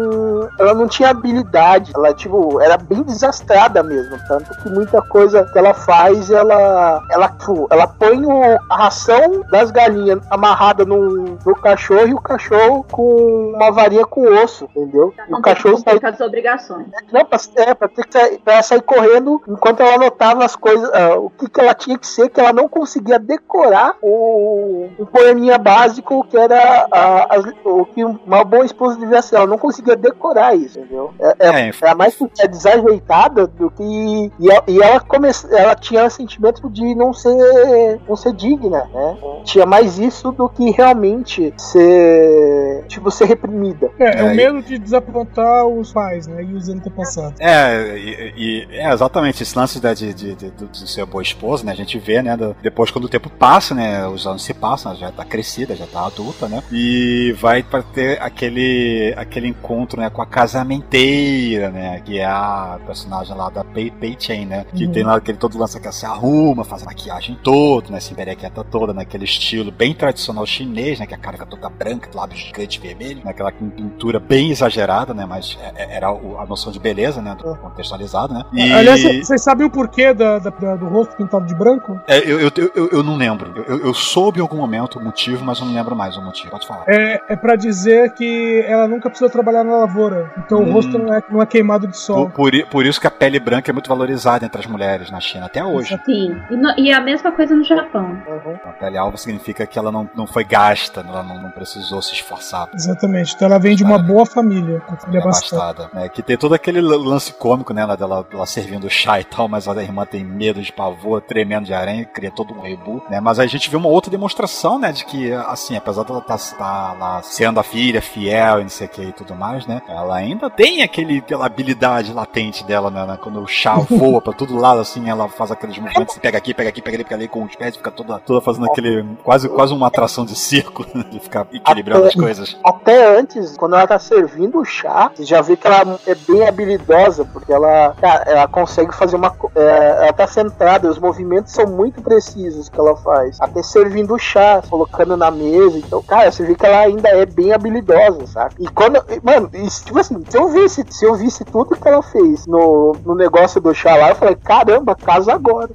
não tinha habilidade. Ela, tipo, era bem desastrada mesmo. Tanto que muita coisa que ela faz, ela põe a ração das galinhas amarrada no cachorro, e o cachorro com uma varinha com osso, entendeu? E o cachorro sai com as obrigações. Não, pra sair correndo enquanto ela anotava as coisas, o que ela tinha que ser, que ela não conseguia decorar um poeminha básico que era o que uma boa esposa devia ser. Ela não conseguia decorar isso, entendeu? Era mais desajeitada do que. E ela tinha sentimento de não ser digna, né? Tinha mais isso do que realmente ser reprimida. O medo de desapontar os pais, né? E os antepassados. Exatamente esse lance de ser boa esposa, né? A gente vê, né? Depois, quando o tempo passa, né? Os anos se passam, ela já tá crescida, já tá adulta, né? E vai pra ter aquele encontro, né? Com a casamenteira, né? Que é a personagem lá da Pei Chen, né? Que tem lá aquele todo lance que ela se arruma, faz a maquiagem toda, né? Se emberequeta toda, naquele estilo bem tradicional chinês, né? Que a cara fica toda branca, lábio gigante vermelho, né? Aquela pintura bem exagerada, né? Mas era a noção de beleza, né? Contextualizado, né? Aliás, vocês sabem o porquê do rosto pintado de branco? Eu não lembro. Eu soube em algum momento o motivo, mas eu não lembro mais o motivo. Pode falar. É pra dizer que ela nunca precisou trabalhar na lavoura. Então o rosto não é queimado de sol. Por isso que a pele branca é muito valorizada entre as mulheres na China, até hoje. Sim. E a mesma coisa no Japão. A pele alva significa que ela não foi gasta, ela não precisou se esforçar. Exatamente. Então ela vem de uma boa família. Uma família abastada. Que tem todo aquele lance cômico, né? Dela servindo chá e tal, mas a irmã tem medo de pavor, tremendo de aranha, cria todo um rebu, né? Mas a gente vê uma outra demonstração, né? De que, assim, apesar dela estar lá sendo a filha fiel e não sei o que e tudo mais, né? Ela ainda tem aquela habilidade latente dela, né? Quando o chá voa pra todo lado, assim, ela faz aqueles movimentos, pega aqui, pega ali com os pés, fica toda fazendo aquele, quase uma atração de circo, de ficar equilibrando as coisas. Até antes, quando ela tá servindo o chá, você já vê que ela é bem habilidosa, porque ela consegue fazer ela tá centrada, os movimentos são muito precisos que ela faz. Até servindo o chá, colocando na mesa. Então, cara, você vê que ela ainda é bem habilidosa, sabe? E quando. Mano, tipo assim, se eu visse tudo que ela fez no negócio do chá lá, eu falei, caramba, casa agora.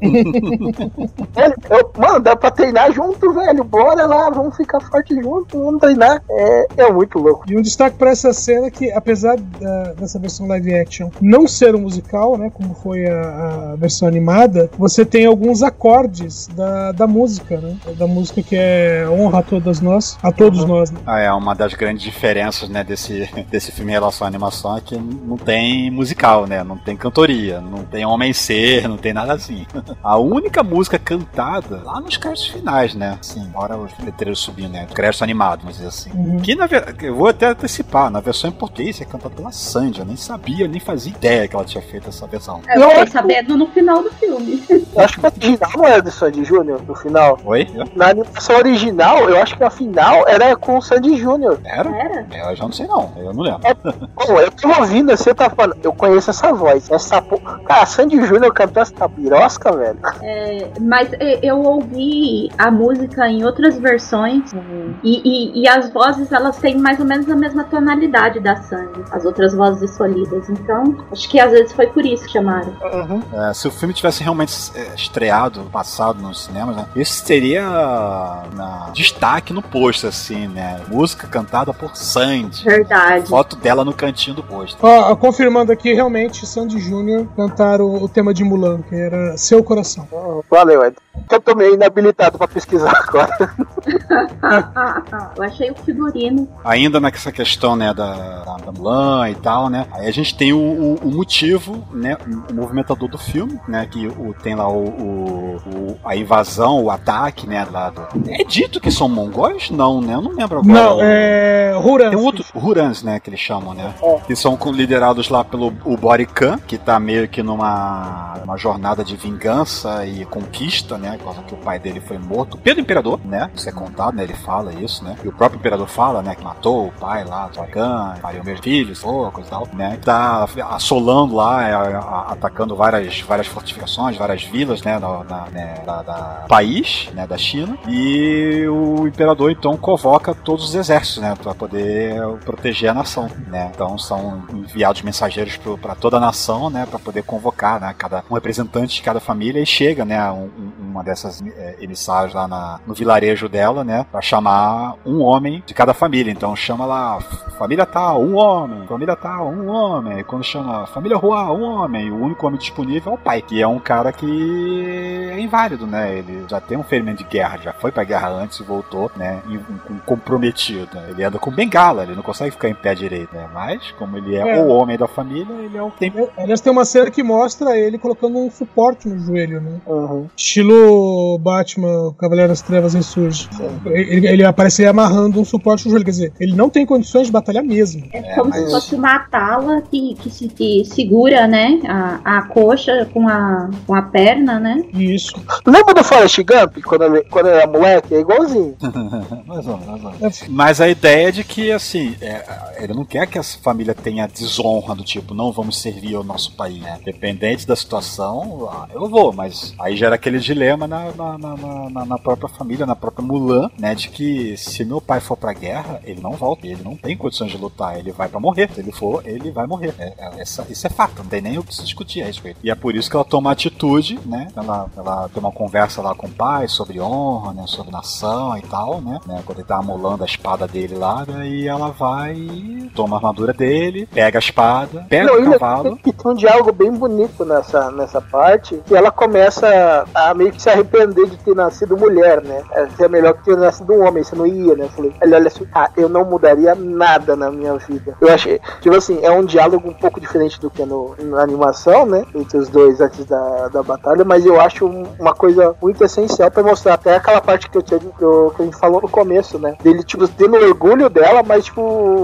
Mano, dá pra treinar junto, velho. Bora lá, vamos ficar forte junto, vamos treinar. É muito louco. E um destaque pra essa cena é que, apesar dessa versão live action não ser um musical, né, como foi a versão animada, você tem alguns acordes da música, né, da música que é Honra a Todos Nós, né. É uma das grandes diferenças, né, desse filme em relação à animação é que não tem musical, né, não tem cantoria, não tem homem ser, não tem nada assim. A única música cantada lá nos créditos finais, né, assim, embora os letreiros subindo, né, crédito animado, vamos dizer assim. Que eu vou até antecipar, na versão em português é cantada pela Sandy, eu nem sabia, nem fazia ideia que ela tinha feito essa versão. Eu fiquei sabendo no final do filme. Eu acho que a original não era do Sandy Júnior, no final. Oi? Na animação original, eu acho que a final era com o Sandy Júnior. Era? Eu já não sei não, eu não lembro. Eu tô ouvindo, você tá falando, eu conheço essa voz, cara, a Sandy Júnior cantou essa birosca, velho. Mas eu ouvi a música em outras versões e as vozes, elas têm mais ou menos a mesma tonalidade da Sandy, as outras vozes escolhidas, então acho que às vezes foi por isso que chamaram. Se o filme tivesse realmente estreado, passado nos cinemas, né, isso seria destaque no pôster, assim, né, música cantada por Sandy. Verdade. Foto dela no cantinho do pôster. Confirmando aqui, realmente, Sandy Júnior cantaram o tema de Mulan, que era Seu Coração. Valeu, Ed. Eu tô meio inabilitado pra pesquisar agora. Eu achei o figurino. Ainda nessa questão, né, da Mulan e tal, né, aí a gente tem o motivo, né, o movimentador do filme, né, que tem lá a invasão, o ataque, né, lá do... É dito que são mongóis? Não, né, eu não lembro agora. Não, Hurans. Tem outro, Hurans, né, que eles chamam, né, que são liderados lá pelo Bori Khan, que tá meio que numa jornada de vingança e conquista, né, por causa que o pai dele foi morto pelo imperador, né, isso é contado derrotado, né? Ele fala isso, né? E o próprio imperador fala, né? Que matou o pai lá, Torgan, pariu meus filhos, coisa e tal, né? Tá assolando lá, atacando várias fortificações, várias vilas, né? Da país, né? Da China. E o imperador, então, convoca todos os exércitos, né? Pra poder proteger a nação, né? Então, são enviados mensageiros para toda a nação, né? Pra poder convocar, né? Um representante de cada família, e chega, né? Uma dessas emissários lá no vilarejo dela, né? Pra chamar um homem de cada família. Então chama lá, família tal, um homem, família tal, um homem. E quando chama família Hua, um homem. E o único homem disponível é o pai, que é um cara que é inválido, né? Ele já tem um ferimento de guerra, já foi pra guerra antes e voltou, né? Comprometido. Ele anda com bengala, ele não consegue ficar em pé direito, né? Mas, como ele é o homem da família, ele é o tempo. Aliás, tem uma cena que mostra ele colocando um suporte no joelho, né? Estilo Batman, Cavaleiro das Trevas Ressurge. Ele aparece amarrando um suporte no joelho, quer dizer, ele não tem condições de batalhar mesmo. É como se fosse uma tala que segura, né, a coxa com a perna, né? Isso. Lembra do Forrest Gump, quando ele era moleque? É igualzinho. Mais ou menos. Mas a ideia é de que, assim, ele não quer que a família tenha desonra do tipo, não vamos servir ao nosso país, né? Dependente da situação, eu vou, mas aí gera aquele dilema na própria família, na própria Mulan, né, de que se meu pai for pra guerra, ele não volta, ele não tem condições de lutar, ele vai pra morrer. Se ele for, ele vai morrer. Isso é fato, não tem nem o que se discutir a respeito. E é por isso que ela toma atitude, né, ela tem uma conversa lá com o pai sobre honra, né, sobre nação e tal, né, quando ele tá amolando a espada dele lá, e ela vai, toma a armadura dele, pega a espada, pega o cavalo. E tem um diálogo bem bonito nessa parte, que ela começa a meio que se arrepender de ter nascido mulher, né? É melhor que ter nascido um homem, você não ia, né? Eu falei, ele olha assim, eu não mudaria nada na minha vida. Eu achei, tipo assim, é um diálogo um pouco diferente do que na animação, né? Entre os dois antes da batalha, mas eu acho uma coisa muito essencial pra mostrar até aquela parte que que a gente falou no começo, né? Dele, tipo, tendo orgulho dela, mas, tipo,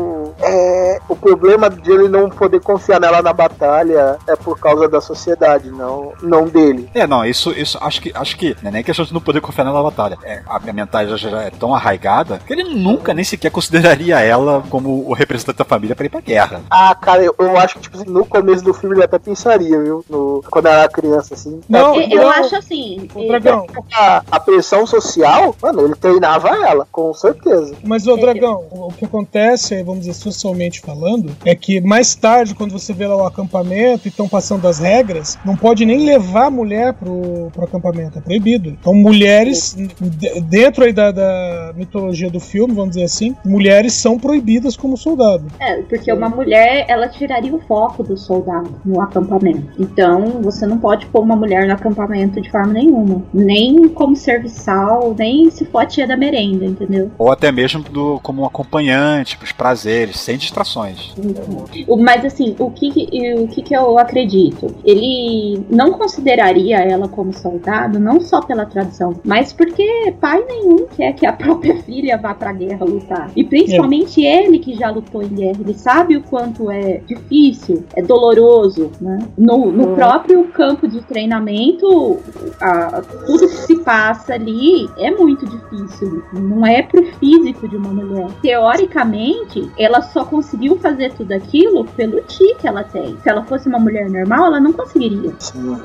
o problema de ele não poder confiar nela na batalha é por causa da sociedade, não dele. Isso acho que não é nem questão de não poder confiar nela na batalha. A minha mentalidade já é tão arraigada que ele nunca nem sequer consideraria ela como o representante da família pra ir pra guerra. Cara, eu acho que, tipo, no começo do filme ele até pensaria, viu? Quando era criança, assim. Eu acho assim. O Dragão. A pressão social, mano, ele treinava ela, com certeza. Mas, o Dragão, o que acontece, vamos dizer, socialmente falando, é que mais tarde, quando você vê lá o acampamento e estão passando as regras, não pode nem levar a mulher pro acampamento, é proibido. Então, mulheres, dentro aí da mitologia do filme, vamos dizer assim, mulheres são proibidas como soldado. Porque uma mulher, ela tiraria o foco do soldado no acampamento. Então, você não pode pôr uma mulher no acampamento de forma nenhuma. Nem como serviçal, nem se for a tia da merenda, entendeu? Ou até mesmo como um acompanhante pros prazeres, sem distrações. Mas assim, o que eu acredito? Ele não consideraria ela como soldado, não só pela tradição, mas porque pai nenhum quer que a própria filha vá pra guerra lutar. E principalmente ele que já lutou em guerra, ele sabe o quanto é difícil, é doloroso, né? No próprio campo de treinamento, tudo que se passa ali é muito difícil. Não é pro físico de uma mulher. Teoricamente, ela só conseguiu fazer tudo aquilo pelo ki que ela tem. Se ela fosse uma mulher normal, ela não conseguiria. Sim.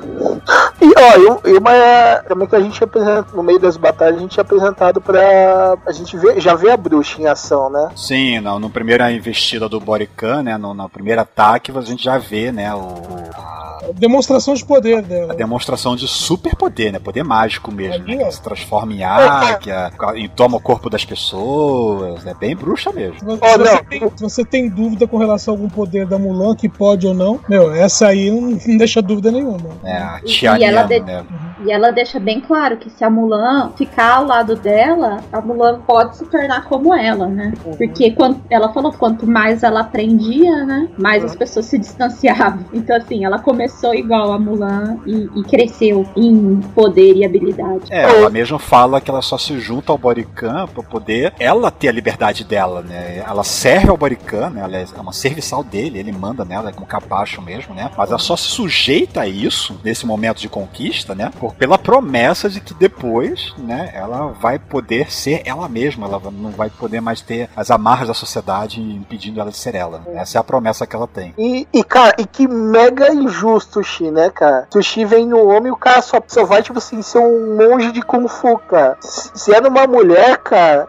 E uma também que a gente apresenta no meio das batalhas, a gente é apresentado pra. A gente já vê a bruxa em ação, né? Sim, no primeira investida do Borican, né? No primeiro ataque, a gente já vê, né? A demonstração de poder dela. A demonstração de super poder, né? Poder mágico mesmo. Né? Que ela se transforma em águia, e toma o corpo das pessoas. É bem bruxa mesmo. Se você tem dúvida com relação a algum poder da Mulan, que pode ou não, essa aí não deixa dúvida nenhuma. A Tia né? E ela deixa bem claro que se a Mulan ficar ao lado dela, a Mulan pode se tornar como ela, né? Porque ela falou, quanto mais ela aprendia, né? Mais as pessoas se distanciavam. Então, assim, ela começou igual a Mulan e cresceu em poder e habilidade. Ela mesmo fala que ela só se junta ao Borican pra poder ela ter a liberdade dela, né? Ela serve ao Borican, né? Ela é uma serviçal dele, ele manda nela, é um capacho mesmo, né? Mas ela só se sujeita a isso nesse momento de conquista, né? pela promessa de que depois, né, ela vai poder ser ela mesma, ela não vai poder mais ter as amarras da sociedade impedindo ela de ser ela. Essa é a promessa que ela tem. Cara, e que mega injusto o Sushi, né, cara? Sushi vem no homem e o cara só vai, tipo assim, ser um monge de Kung Fu, cara. Se é numa mulher, cara...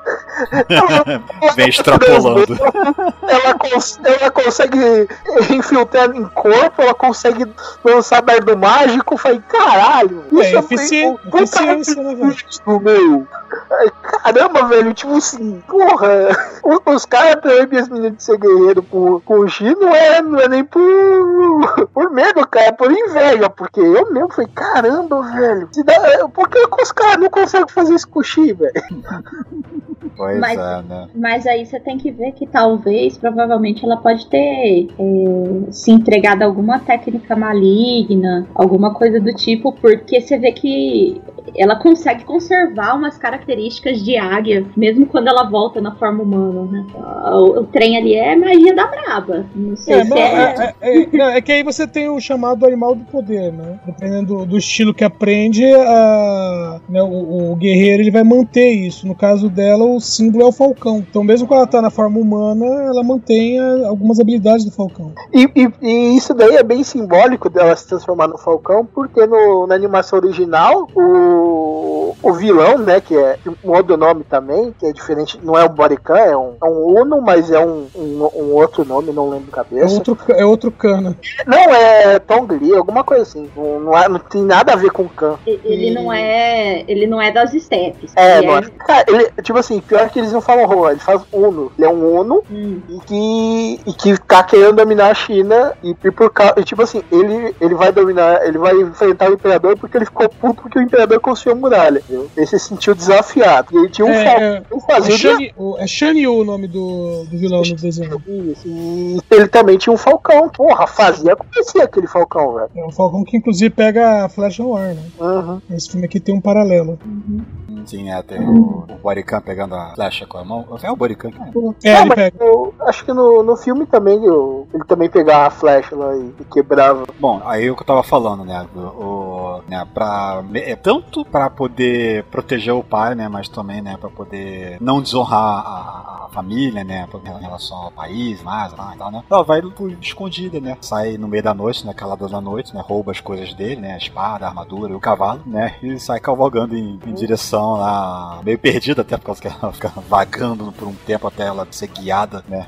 Vem extrapolando. Ela consegue infiltrar em corpo, ela consegue lançar dardo mágico. Eu falei, caralho. É eficiência, né, velho? Caramba, velho, tipo assim, porra. Os caras proíbem as meninas de ser guerreiro com o Shi, não é nem por medo, cara, é por inveja. Porque eu mesmo falei, caramba, velho. Por que os caras não conseguem fazer isso com o Shi, velho? Pois mas, né? Mas aí você tem que ver que talvez, provavelmente, ela pode ter se entregado a alguma técnica maligna, alguma coisa do tipo, porque você vê que ela consegue conservar umas características de águia, mesmo quando ela volta na forma humana, né? O trem ali é magia da braba. Não sei se é que aí você tem o chamado animal do poder, né? Dependendo do estilo que aprende, né, o guerreiro ele vai manter isso. No caso dela, o símbolo é o falcão. Então, mesmo quando ela tá na forma humana, ela mantém algumas habilidades do falcão. E isso daí é bem simbólico dela se transformar no falcão, porque na animação original, o vilão, né, que é um outro nome também, que é diferente, não é um Borican, é um Uno, mas é um outro nome, não lembro de cabeça. É outro Kana. Não, é Tongli, alguma coisa assim. Não tem nada a ver com Kan. Ele não é das estepes. Não é. Cara, ele, tipo assim, pior que eles não falam Roa, ele faz Uno. Ele é um Uno e que tá querendo dominar a China e por causa. Tipo assim, ele vai dominar, ele vai enfrentar o imperador porque ele ficou puto porque o imperador construiu a muralha. Entendeu? Ele se sentiu desafiado. E ele tinha É Shan Yu o nome do vilão no desenho. Isso. E ele também tinha um falcão. Porra, acontecer aquele falcão, velho. É um falcão que inclusive pega a flecha no ar, né? Uhum. Esse filme aqui tem um paralelo. Sim, tem o Borican pegando a flecha com a mão. É o Borican, cara. Ele pega. Eu acho que no filme também ele também pegava a flecha lá e quebrava. Bom, aí o que eu tava falando, né? Tanto pra poder proteger o pai, né? Mas também, né? Pra poder não desonrar a família, né? Em relação ao país, e tal, né? Ela vai escondida, né? Sai no meio da noite, né? Calada da noite, né? Rouba as coisas dele, né? A espada, a armadura e o cavalo, né? E sai cavalgando em direção lá, meio perdida até por causa que ela fica vagando por um tempo até ela ser guiada, né?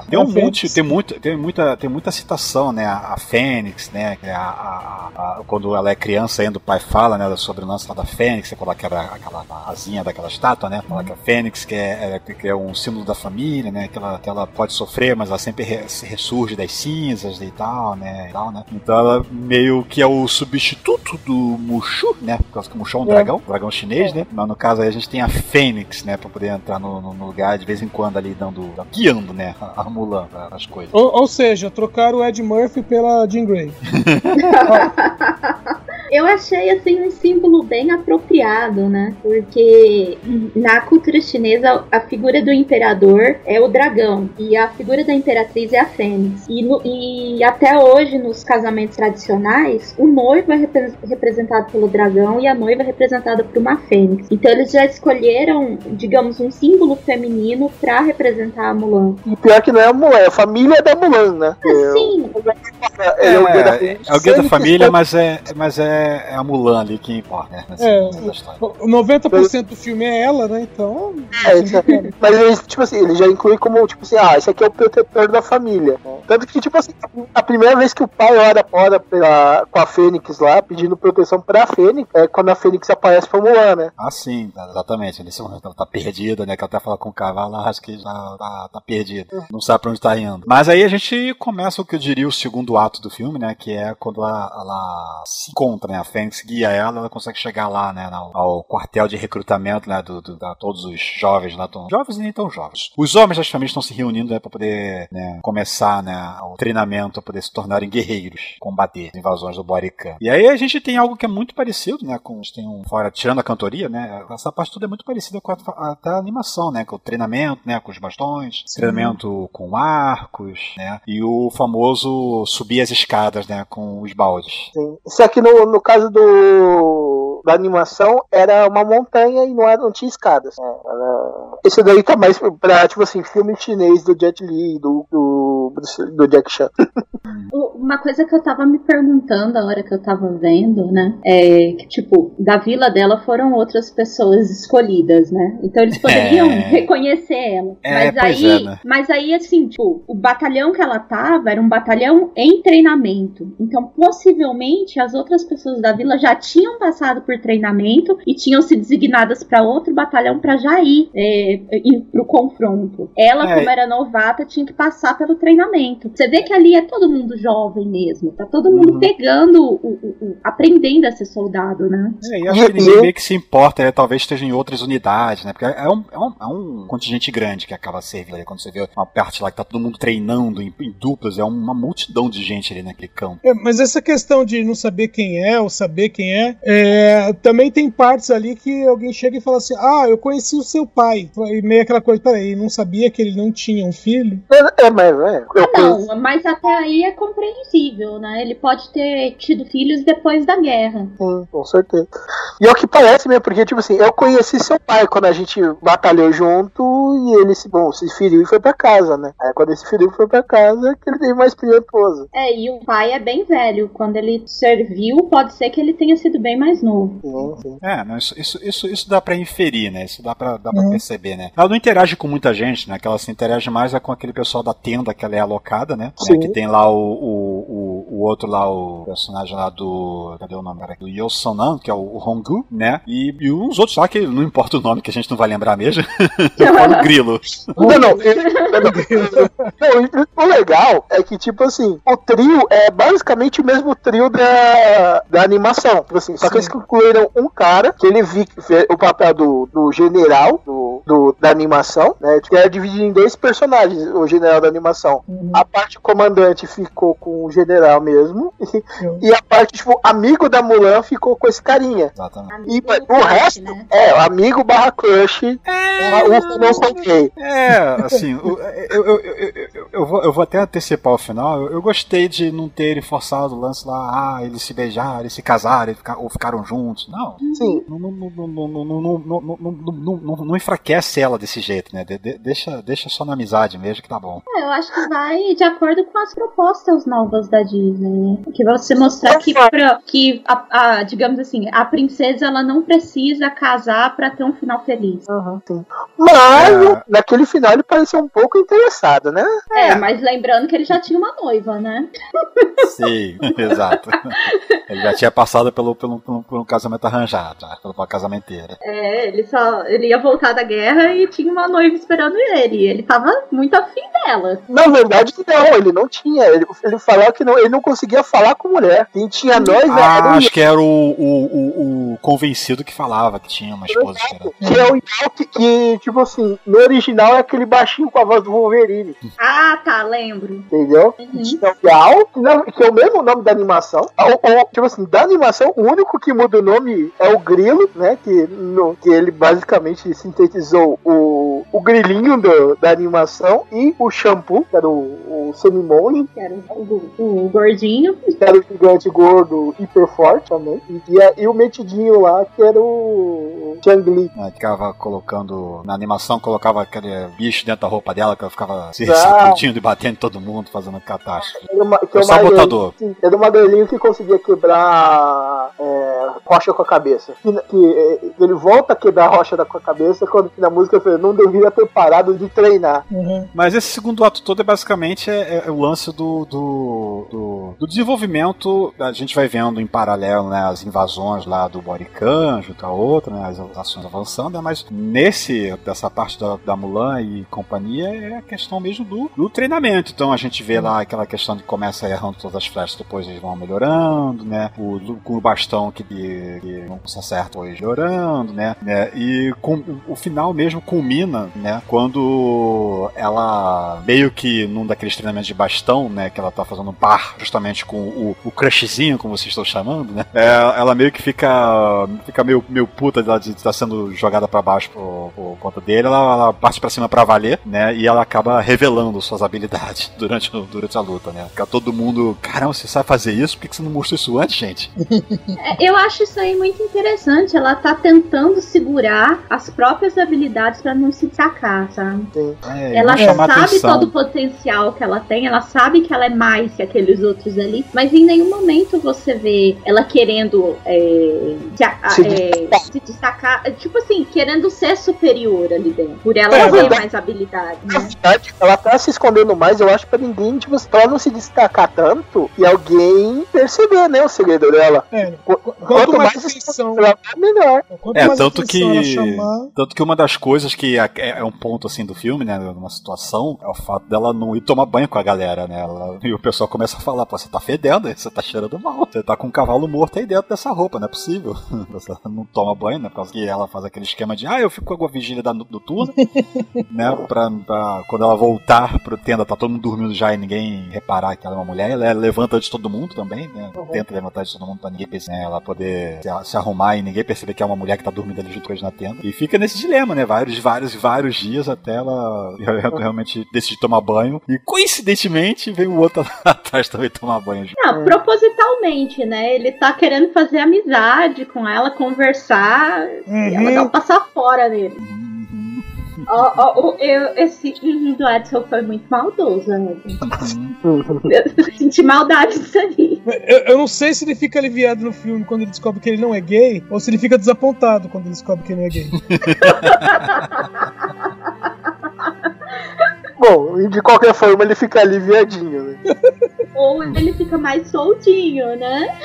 Tem muita citação, né? A Fênix, né? Que quando ela é criança ainda o pai fala, né? Sobre o lance lá da Fênix, você coloca aquela asinha daquela estátua, né? Fala que a Fênix que é um símbolo da família, né? Que ela pode sofrer, mas ela sempre ressurge das cinzas e tal, né? Então ela meio que é o substituto do Mushu, né? Por causa que o Mushu é um dragão chinês, né? Mas no caso aí a gente tem a Fênix, né? Pra poder entrar no lugar de vez em quando ali guiando, né? A Mulan, as coisas. Ou seja, trocaram o Ed Murphy pela Jean Grey. Eu achei assim um símbolo bem apropriado, né? Porque na cultura chinesa a figura do imperador é o dragão e a figura da imperatriz é a fênix. E até hoje nos casamentos tradicionais o noivo é representado pelo dragão e a noiva é representada por uma fênix. Então eles já escolheram, digamos, um símbolo feminino pra representar a Mulan. E pior que não é a Mulan, é a família da Mulan, né? Sim. É o guia da família, mas é a Mulan ali que importa, né? 90% do filme é ela, né? Então. Mas ele, tipo assim, ele já inclui como, tipo assim, esse aqui é o protetor da família. Tanto que, tipo assim, a primeira vez que o pai ora com a Fênix lá, pedindo proteção pra Fênix, é quando a Fênix aparece pra Mulan, né? Ah, sim, exatamente. Nesse momento ela tá perdida, né? Que ela até fala com o cavalo, acho que já tá perdida. Não sabe pra onde tá indo. Mas aí a gente começa o que eu diria o segundo ato do filme, né? Que é quando ela se encontra, né? A Fênix guia ela consegue chegar lá, né? Ao quartel de recrutamento, né? Todos os jovens lá, jovens e nem tão jovens. Os homens das famílias estão se reunindo, né? Pra poder, né, começar, né? O treinamento, pra poder se tornarem guerreiros, combater as invasões do Borican. E aí a gente tem algo que é muito parecido, né? Com, a gente tem fora, tirando a cantoria, né? Essa parte toda é muito parecida com até a animação, né? Com o treinamento, né? Com os bastões, treinamento com arcos, né? E o famoso subir as escadas, né? Com os baldes. Sim. Só que no caso da animação era uma montanha e não tinha escadas. Esse daí tá mais pra, tipo assim, filme chinês do Jet Li, do Jack Chan. Uma coisa que eu tava me perguntando a hora que eu tava vendo, né, é que, tipo, da vila dela foram outras pessoas escolhidas, né? Então eles poderiam reconhecer ela. Mas aí, assim, tipo, o batalhão que ela tava era um batalhão em treinamento. Então, possivelmente, as outras pessoas da vila já tinham passado por treinamento e tinham se designadas pra outro batalhão pra já ir pro confronto. Ela, como era novata, tinha que passar pelo treinamento. Você vê que ali é todo mundo jovem mesmo. Tá todo mundo pegando, aprendendo a ser soldado, né? E acho que ninguém meio que se importa, talvez esteja em outras unidades, né? Porque é um contingente grande que acaba servindo ali. Quando você vê uma parte lá que tá todo mundo treinando em duplas, é uma multidão de gente ali naquele campo. Mas essa questão de não saber quem é ou saber quem também tem partes ali que alguém chega e fala assim, eu conheci o seu pai. E meio aquela coisa, peraí, não sabia que ele não tinha um filho? Mas até aí é compreensível, né? Ele pode ter tido filhos depois da guerra. Sim, com certeza. E é o que parece mesmo, porque, tipo assim, eu conheci seu pai quando a gente batalhou junto e ele se feriu e foi pra casa, né? Aí quando ele se feriu e foi pra casa, que ele teve mais esposa. E o pai é bem velho. Quando ele serviu, pode ser que ele tenha sido bem mais novo. Sim. Não, isso dá pra inferir, né? Isso dá pra perceber, né? Ela não interage com muita gente, né? Que ela se interage mais com aquele pessoal da tenda que ela é alocada, né? Que tem lá o outro lá, o personagem lá do... Cadê o nome? Do Yosonan, que é o Hongu, né? E uns outros lá que não importa o nome, que a gente não vai lembrar mesmo. O Grilo. Não. O legal é que, tipo assim, o trio é basicamente o mesmo trio da animação. Tipo assim, só que eles incluíram um cara que ele viu o papel do general da animação, né? Que era dividido em dois personagens, o general da animação. A parte comandante ficou com o general mesmo. E a parte, tipo, amigo da Mulan ficou com esse carinha. Exatamente. E o resto, né? Amigo / crush. Não sei. Assim, eu vou até antecipar o final. Eu gostei de não terem forçado o lance lá, eles se beijaram, eles se casaram, ou ficaram juntos. Não. Sim. Não enfraquece ela desse jeito, né? Deixa só na amizade mesmo que tá bom. Eu acho que vai de acordo com as propostas novas da Disney. Que você mostrar que digamos assim, a princesa ela não precisa casar pra ter um final feliz. Sim. Mas naquele final ele pareceu um pouco interessado, né? Mas lembrando que ele já tinha uma noiva, né? Sim, exato. Ele já tinha passado pelo casamento arranjado, pela casamenteira. Ele ia voltar da guerra e tinha uma noiva esperando ele. Ele tava muito afim dela. Na verdade, não, ele não tinha. Ele falava que ele não conseguia falar com mulher. Quem tinha noiva acho que era o convencido que falava que tinha uma esposa. Que é o Yao que, tipo assim, no original é aquele baixinho com a voz do Wolverine. Tá, lembro. Entendeu? Então, Yao, que é o mesmo nome da animação. Tipo assim, da animação, o único que muda o nome é o Grilo, né? Que ele basicamente sintetizou o grilinho da animação e o Shampoo, que era o Semimone. Que era o gordinho. Que era o gigante gordo hiper forte também. E o metidinho lá, que era o Chang-Li. Que ficava colocando, na animação, colocava aquele bicho dentro da roupa dela, que ela ficava se sacudindo e batendo em todo mundo, fazendo catástrofe. O sabotador. Era uma magrelinho que conseguia quebrar rocha com a cabeça. Que ele volta a quebrar a rocha com a cabeça quando na música ele não devia ter parado de treinar. Mas esse segundo ato todo é basicamente o lance do desenvolvimento. A gente vai vendo em paralelo, né, as invasões lá do Borican junto a outra, né, as ações avançando, mas dessa parte da Mulan e companhia é a questão mesmo do treinamento. Então a gente vê lá aquela questão de começa errando todas as flechas, depois eles vão melhorando, né, com o bastão que não se acerta hoje melhorando, né, e o final mesmo culmina, né, quando ela meio que num daqueles treinamentos de bastão, né, que ela tá fazendo um par justamente com o crushzinho, como vocês estão chamando, né, ela meio que fica meio puta de estar sendo jogada pra baixo por conta dele, ela parte pra cima pra valer, né, e ela acaba revelando suas habilidades durante a luta, né, fica todo mundo, caramba, você sabe fazer isso? Por que você não mostrou isso antes, gente? Eu acho isso aí muito interessante. Ela tá tentando segurar as próprias habilidades pra não se destacar, sabe? Ela sabe todo o potencial que ela tem, ela sabe que ela é mais que aqueles outros ali, mas em nenhum momento você vê ela querendo se destacar, tipo assim, querendo ser superior ali dentro, por ela ter mais habilidade, né? Na verdade, ela tá se escondendo mais, eu acho, pra ninguém, tipo, pra ela não se destacar tanto e alguém perceber, né, o segredo dela. Quanto mais atenção, melhor. Tanto que uma das coisas que é um ponto, assim, do filme, né, numa situação, é o fato dela não ir tomar banho com a galera, né, e o pessoal começa a falar, pô, você tá fedendo, você tá cheirando mal, você tá com um cavalo morto aí dentro dessa roupa, não é possível. Você não toma banho, né, por causa que ela faz aquele esquema de, eu fico com a vigília do turno, né, pra quando ela voltar pro tenda, tá todo mundo dormindo já e ninguém reparar que ela é uma mulher, ela levanta antes de todo mundo também, né, tenta levantar antes de todo mundo pra ninguém perceber, né, ela poder se arrumar e ninguém perceber que é uma mulher que tá dormindo ali junto com eles na tenda, e fica nesse dilema, né, vários dias até ela realmente decide tomar banho, e coincidentemente vem o outro atrás também tomar banho. Não, propositalmente, né, ele tá querendo fazer amizade com ela, conversar, e ela dá um passar fora nele. Esse do Edson foi muito maldoso, né? Eu senti maldade disso aí. Eu não sei se ele fica aliviado no filme quando ele descobre que ele não é gay, ou se ele fica desapontado quando ele descobre que ele não é gay. Bom, de qualquer forma ele fica aliviadinho, né? Ou ele fica mais soltinho, né?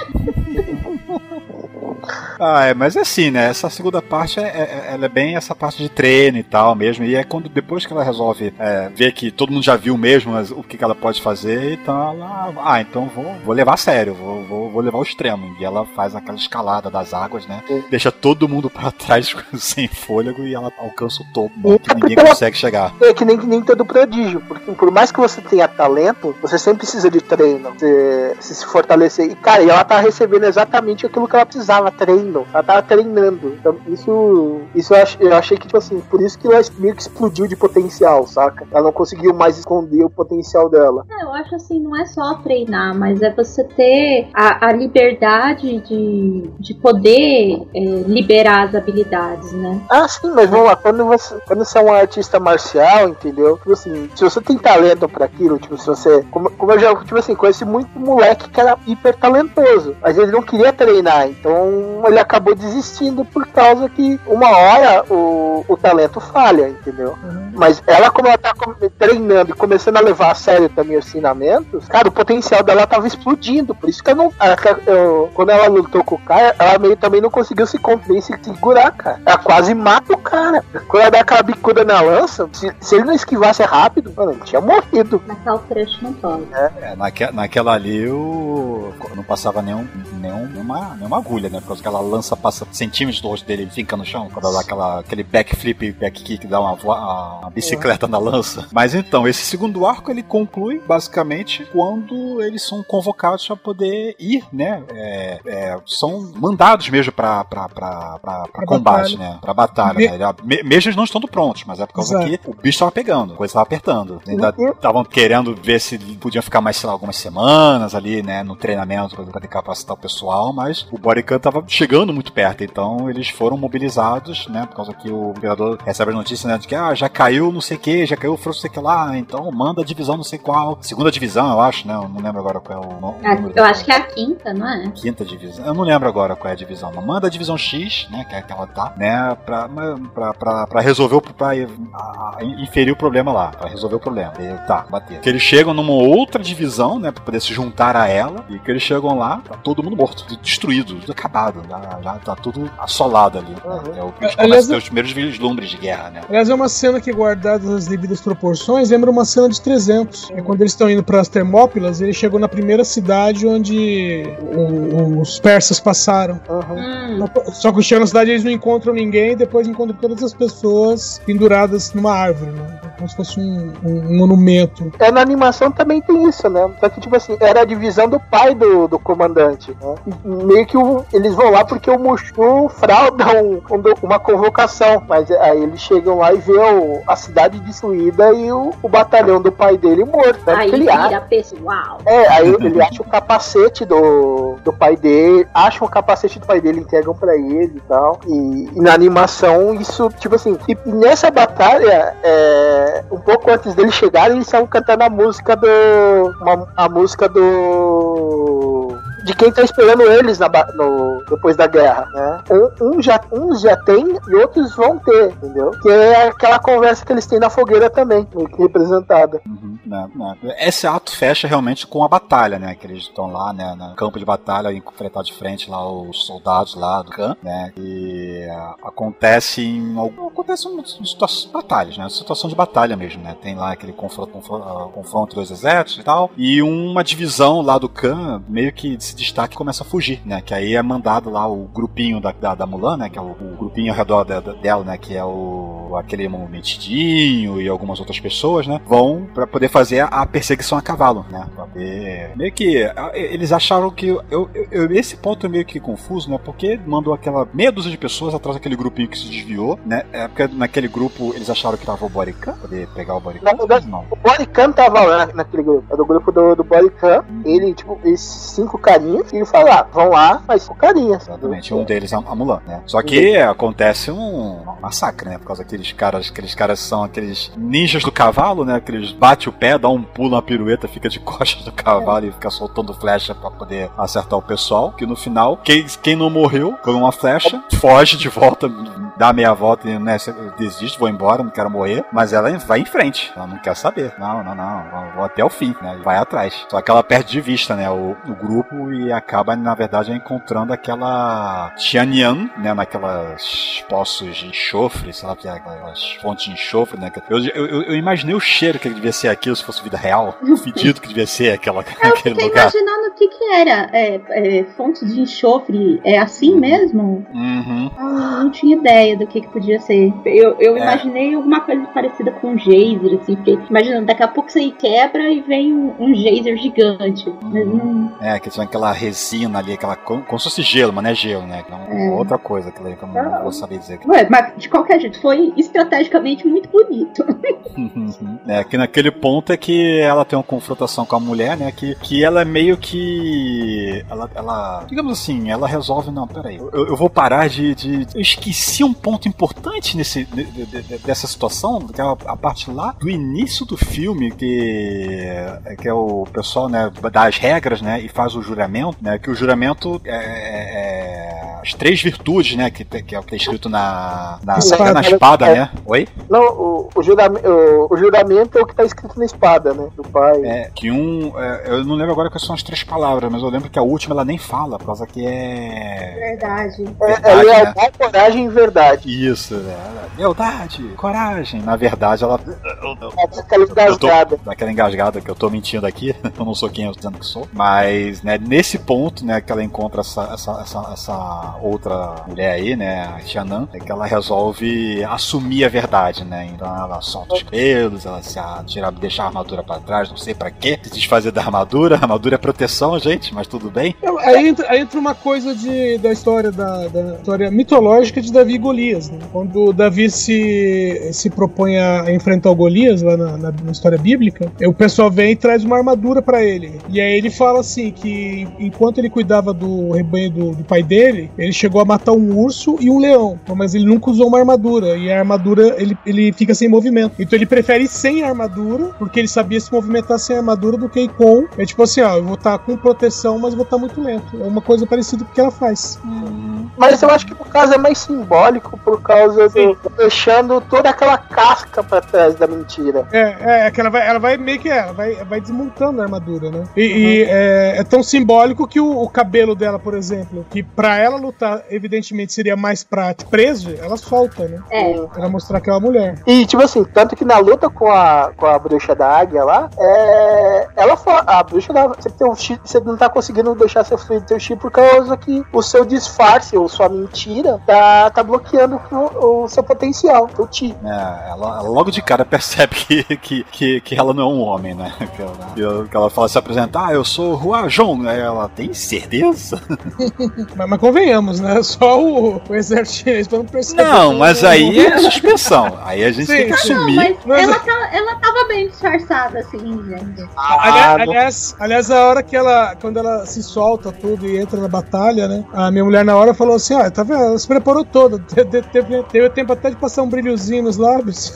Mas assim, né? Essa segunda parte ela é bem essa parte de treino e tal mesmo. E é quando depois que ela resolve ver que todo mundo já viu mesmo o que ela pode fazer, então ela. Então vou levar a sério, vou levar ao extremo. E ela faz aquela escalada das águas, né? Deixa todo mundo pra trás sem fôlego e ela alcança o topo, que ninguém consegue chegar. É que nem todo prodígio, porque por mais que você tenha talento, você sempre precisa de treino, se fortalecer. E cara, ela tá recebendo exatamente aquilo que ela precisava, treino. Ela tava treinando. Então isso eu achei que, tipo assim, por isso que ela meio que explodiu de potencial, saca? Ela não conseguiu mais esconder o potencial dela. Eu acho assim, não é só treinar, mas é você ter a liberdade de poder liberar as habilidades, né? Sim, mas vamos lá, quando você é um artista marcial, entendeu? Tipo assim, se você tem talento pra aquilo, tipo, se você, como eu já, tipo assim, conheci muito moleque que era hiper talentoso, mas ele não queria treinar, então ele acabou desistindo por causa que uma hora o talento falha, entendeu? Mas ela, como ela tá treinando e começando a levar a sério também os ensinamentos, cara, o potencial dela tava explodindo, por isso que quando ela lutou com o cara, ela meio também não conseguiu se conter e se segurar, cara. Ela quase mata o cara. Quando ela dá aquela bicuda na lança, se ele não esquivasse rápido, mano, ele tinha morrido. Naquela trecho não pode. Naquela ali não passava nenhuma agulha, né? Por causa que aquela lança passa centímetros do rosto dele, ele fica no chão, quando ela dá aquele backflip, backkick, dá uma bicicleta na lança. Mas então, esse segundo arco ele conclui basicamente quando eles são convocados para poder ir, né? São mandados mesmo para combate, né? Pra batalha. Né? Mesmo eles não estando prontos, mas é por causa que o bicho tava pegando, a coisa tava apertando. Ainda estavam querendo ver se podiam ficar mais, sei lá, algumas semanas ali, né? No treinamento para capacitar o pessoal, mas o Bodycan tava chegando muito perto, então eles foram mobilizados, né? Por causa que o imperador recebe a notícia, né? De que já caiu não sei o que, já caiu o não sei o que lá, então manda a divisão não sei qual. Segunda divisão, eu acho, né? Eu não lembro agora qual é o nome. Eu acho que é a quinta, não é? Quinta divisão. Eu não lembro agora qual é a divisão. Mas manda a divisão X, né? Que é que ela tá, né? Pra resolver pra inferir o problema lá. Pra resolver o problema. Bater. Que eles chegam numa outra divisão, né? Pra poder se juntar a ela. E que eles chegam lá, tá todo mundo morto, tudo destruído, tudo acabado. Já tá tudo assolado ali. Né? É o que começa a ter os primeiros vislumbres de guerra, né? Aliás, é uma cena que, guardadas as devidas proporções, lembra uma cena de 300. É quando eles estão indo para as Termópilas, ele chegou na primeira cidade onde os persas passaram. Só que chegam na cidade eles não encontram ninguém, e depois encontram todas as pessoas penduradas numa árvore, né? Como se fosse um monumento. Na animação também tem isso, né? Só que, tipo assim, era a divisão do pai do comandante, né? E meio que eles vão lá porque o Mushu frauda uma convocação, mas aí eles chegam lá e vê a cidade destruída e o batalhão do pai dele morto. Né? Aí ele vira pessoal. Aí ele acha o capacete do do pai dele, acham o capacete do pai dele, entregam pra ele e tal. E na animação, isso, tipo assim, e nessa batalha, um pouco antes deles chegarem, eles estavam cantando a música de quem tá esperando eles depois da guerra, né? Uns já tem e outros vão ter, entendeu? Que é aquela conversa que eles têm na fogueira também, representada. Esse ato fecha realmente com a batalha, né? Que eles estão lá, né, no campo de batalha, enfrentar de frente lá os soldados lá do Khan, né? E acontece batalhas, né? Situação de batalha mesmo, né? Tem lá aquele confronto entre os exércitos e tal, e uma divisão lá do Khan meio que se destaca e começa a fugir, né? Que aí é mandado lá o grupinho da Mulan, né? Que é o grupinho ao redor dela, né? Que é aquele Metidinho e algumas outras pessoas, né? Vão pra poder fazer a perseguição a cavalo, né? Meio que eles acharam que esse ponto é meio que confuso, né? Porque mandou aquela meia dúzia de pessoas atrás daquele grupinho que se desviou, né? Porque naquele grupo eles acharam que tava o Body Khan, poder pegar o Body Khan. Não. O Body Khan tava lá naquele grupo. É do grupo do Body Khan. Ele, tipo, esses 5 carinhas, e ele fala, vão lá, mas com carinhas. Exatamente, um deles a Mulan, né? Só que acontece um massacre, né? Por causa daqueles caras são aqueles ninjas do cavalo, né? Que eles batem o pé, dão um pulo na pirueta, fica de costas do cavalo e fica soltando flecha pra poder acertar o pessoal. Que no final, quem não morreu com uma flecha, foge de volta, dá meia volta e, né, desiste, vou embora, não quero morrer. Mas ela vai em frente, ela não quer saber. Não, vou até o fim, né? Vai atrás. Só que ela perde de vista, né? O grupo e acaba, na verdade, encontrando aquela Xianyan, né? Naquelas poços de enxofre, sei lá, aquelas fontes de enxofre, né? Eu imaginei o cheiro que devia ser aquilo se fosse vida real, o fedido que devia ser aquele lugar. Eu fiquei imaginando o que era. Fonte de enxofre, é assim mesmo? Uhum. Não tinha ideia do que podia ser. Eu imaginei alguma coisa parecida com um geyser, assim, porque imaginando, daqui a pouco você quebra e vem um geyser gigante. Mas não... que tinha aquela resina ali, como se fosse gelo, mas não é gelo, né? Outra coisa, aquilo aí que eu não vou saber dizer. Mas de qualquer jeito, foi estrategicamente muito bonito. Que naquele ponto é que ela tem uma confrontação com a mulher, né? Que ela é meio que... Ela digamos assim, ela resolve, não, peraí, eu vou parar eu esqueci um ponto importante dessa situação, que é a parte lá do início do filme, que é o pessoal, né, dá as regras, né, e faz o juramento, né, que o juramento as 3 virtudes, né, que é o que é escrito na espada, né? Oi? Não, o juramento é o que tá escrito na espada, né, do pai. Eu não lembro agora quais são as 3 palavras, mas eu lembro que a última ela nem fala, por causa que é... Verdade. Lealdade, coragem e verdade. Isso, lealdade, coragem. Na verdade, ela... Aquela engasgada. Daquela engasgada que eu tô mentindo aqui, eu não sou quem eu tô dizendo que sou. Mas, né, nesse ponto, né, que ela encontra essa outra mulher aí, né, a Xianan, é que ela resolve assumir a verdade, né. Então ela solta os pelos, ela deixa a armadura pra trás, não sei pra quê, se desfazer da armadura. A armadura é proteção, gente, mas tudo bem. Aí entra uma coisa da história da história mitológica de Davi e Golias, né? Quando Davi se propõe a enfrentar o Golias lá na história bíblica, o pessoal vem e traz uma armadura pra ele. E aí ele fala assim que enquanto ele cuidava do rebanho do pai dele, ele chegou a matar um urso e um leão, mas ele nunca usou uma armadura, e a armadura ele fica sem movimento. Então ele prefere ir sem armadura, porque ele sabia se movimentar sem armadura do que ir com. É tipo assim, eu vou estar com proteção, mas vou estar muito lento. É uma coisa parecida com o que ela faz. Mas eu acho que no caso é mais simbólico, por causa deixando toda aquela casca pra trás da mentira. Que ela vai meio que vai desmontando a armadura, né? E é tão simbólico que o cabelo dela, por exemplo, que pra ela lutar, evidentemente seria mais prático, preso, ela solta, né? Pra mostrar aquela mulher. E tipo assim, tanto que na luta com a bruxa da águia lá, ela fala, a bruxa da você não tá conseguindo deixar seu filho ter o chi por causa que o seu disfarce, o sua mentira tá bloqueando o seu potencial, o Ti. Ela logo de cara percebe que ela não é um homem, né? Que ela fala se apresentar, eu sou Hua Zhong, né? Ela tem certeza? Mas convenhamos, né? Só o exército chinês pra não perceber. Não, mas aí é suspensão. Aí a gente tem que assumir. Mas ela tava bem disfarçada, assim, gente. Aliás, a hora que quando ela se solta tudo e entra na batalha, né? A minha mulher na hora falou assim, tá vendo? Ela se preparou toda. Teve tempo até de passar um brilhozinho nos lábios.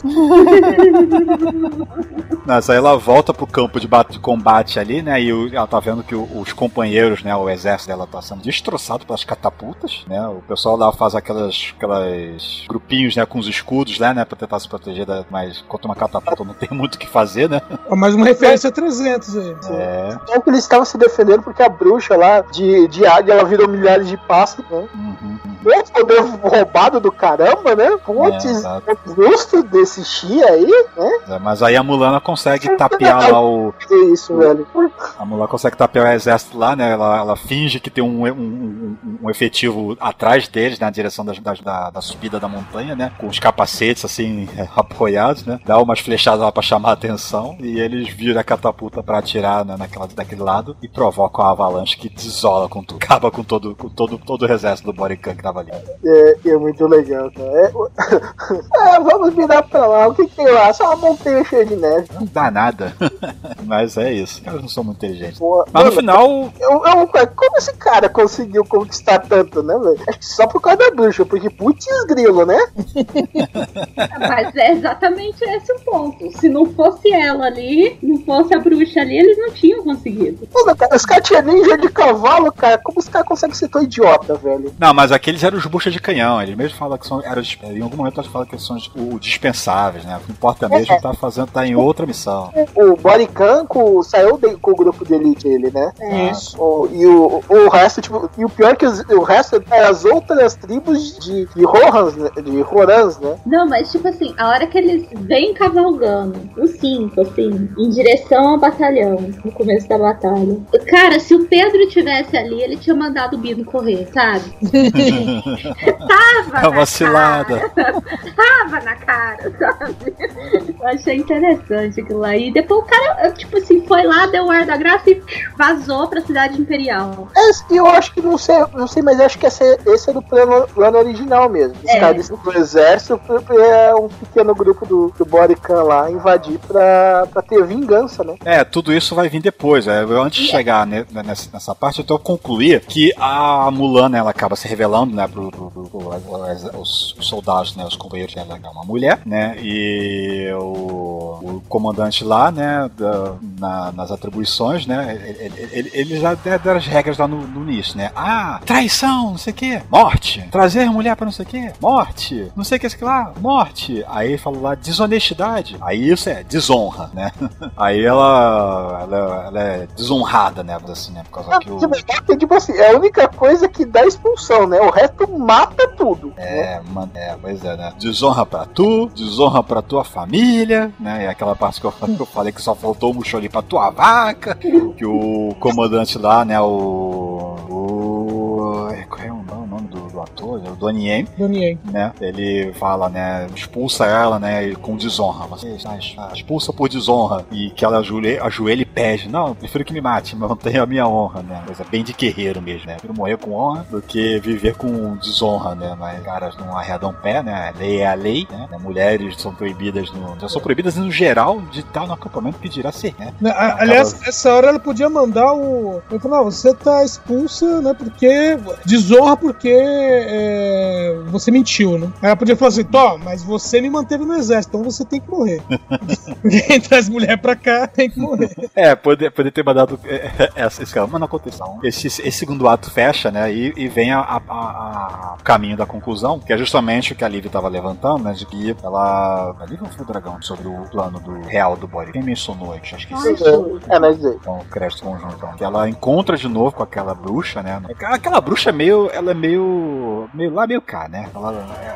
Mas aí ela volta pro campo de combate ali, né? E ela tá vendo que os companheiros, né? O exército dela tá sendo destroçado pelas catapultas, né? O pessoal lá faz aquelas grupinhos, né? Com os escudos, né? Pra tentar se proteger, mas contra uma catapulta não tem muito o que fazer, né? Mais uma referência a 300 aí. Então que eles estavam se defendendo porque a bruxa lá de águia, ela virou milhares de pássaros, né? Esse poder roubado do caramba, né? Putz, justo desse Chi aí, né? Mas aí a Mulana consegue tapear lá isso, velho. A Mulana consegue tapear o exército lá, né? Ela finge que tem um efetivo atrás deles, na direção da subida da montanha, né? Com os capacetes, assim, apoiados, né? Dá umas flechadas lá pra chamar a atenção e eles viram a catapulta pra atirar, né, daquele lado e provocam a avalanche que desola com tudo, acaba com todo o exército do Borican que tava ali. É muito legal, cara. Vamos virar pra lá. O que tem lá? Só uma montanha cheia de neve. Não dá nada. Mas é isso. Os caras não são muito inteligentes. Pô, mas no final... Como esse cara conseguiu conquistar tanto, né, velho? Acho que só por causa da bruxa, porque putz grilo, né? Mas é exatamente esse o ponto. Se não fosse ela ali, não fosse a bruxa ali, eles não tinham conseguido. Pô, cara, os caras tinham ninja de cavalo, cara. Como os caras conseguem ser tão idiota, velho? Não, mas aqueles eram os buchas de canhão. Eles mesmo falam que em algum momento eles falam que eles são os dispensáveis, né? O que importa mesmo tá em outra missão. O Borican saiu com o grupo de elite, ele, né? Isso. E o resto, tipo, e o pior é que o resto é as outras tribos de Horans, né? Não, mas tipo assim, a hora que eles vêm cavalgando, os 5, assim, em direção ao batalhão, no começo da batalha. Cara, se o Pedro tivesse ali, ele tinha mandado o Bino correr, sabe? Tava uma cilada. Tava na cara, sabe? Eu achei interessante aquilo lá. E depois o cara, tipo assim, foi lá, deu o ar da graça e vazou pra cidade imperial. Eu acho que não sei, mas acho que esse é do plano original mesmo. Os caras do exército é um pequeno grupo do Borican lá invadir pra ter vingança, né? Tudo isso vai vir depois. Antes de chegar nessa parte, eu tô concluir que a Mulana, ela acaba se revelando, né, os soldados, né, os companheiros dela, é uma mulher, né, e o comandante lá, né, nas atribuições, né, ele já deram as regras lá no início, né, traição, não sei o que, morte, trazer mulher pra não sei o que, morte, não sei o que lá, morte, aí ele falou lá, desonestidade, aí isso é desonra, né, aí ela é desonrada, né, assim, né, por causa que tipo assim, é a única coisa que dá expulsão, né, o resto mata tudo. Pois é, né, desonra pra tu, desonra pra tua família, né, e aquela parte que eu falei que só faltou o Muxoli pra tua vaca, que o comandante lá, né, qual é o nome do ator? O Donnie Yen, né? Ele fala, né? Expulsa ela, né? Com desonra. Você está expulsa por desonra. E que ela ajoelha e pede. Não, eu prefiro que me mate, mantenha a minha honra, né? Coisa bem de guerreiro mesmo, né? Prefiro morrer com honra do que viver com desonra, né? Mas caras não arredam pé, né? A lei é a lei, né? Mulheres são proibidas já são proibidas no geral de estar no acampamento que dirá ser, né? Aliás, essa hora ela podia mandar ele falou, você tá expulsa, né? Porque desonra porque você mentiu, né? Aí ela podia falar assim, mas você me manteve no exército, então você tem que morrer. Porque quem traz mulher pra cá tem que morrer. Poder ter mandado esse cara, mas não aconteceu. Esse segundo ato fecha, né? E vem o caminho da conclusão, que é justamente o que a Liv estava levantando, né? De que ela. A Liv ou foi o Dragão? Sobre o plano real do Boric. Quem mencionou aí? Acho que sim. Então, o crédito conjunto. Que ela encontra de novo com aquela bruxa, né? Aquela bruxa ela é meio lá, meio cá, né?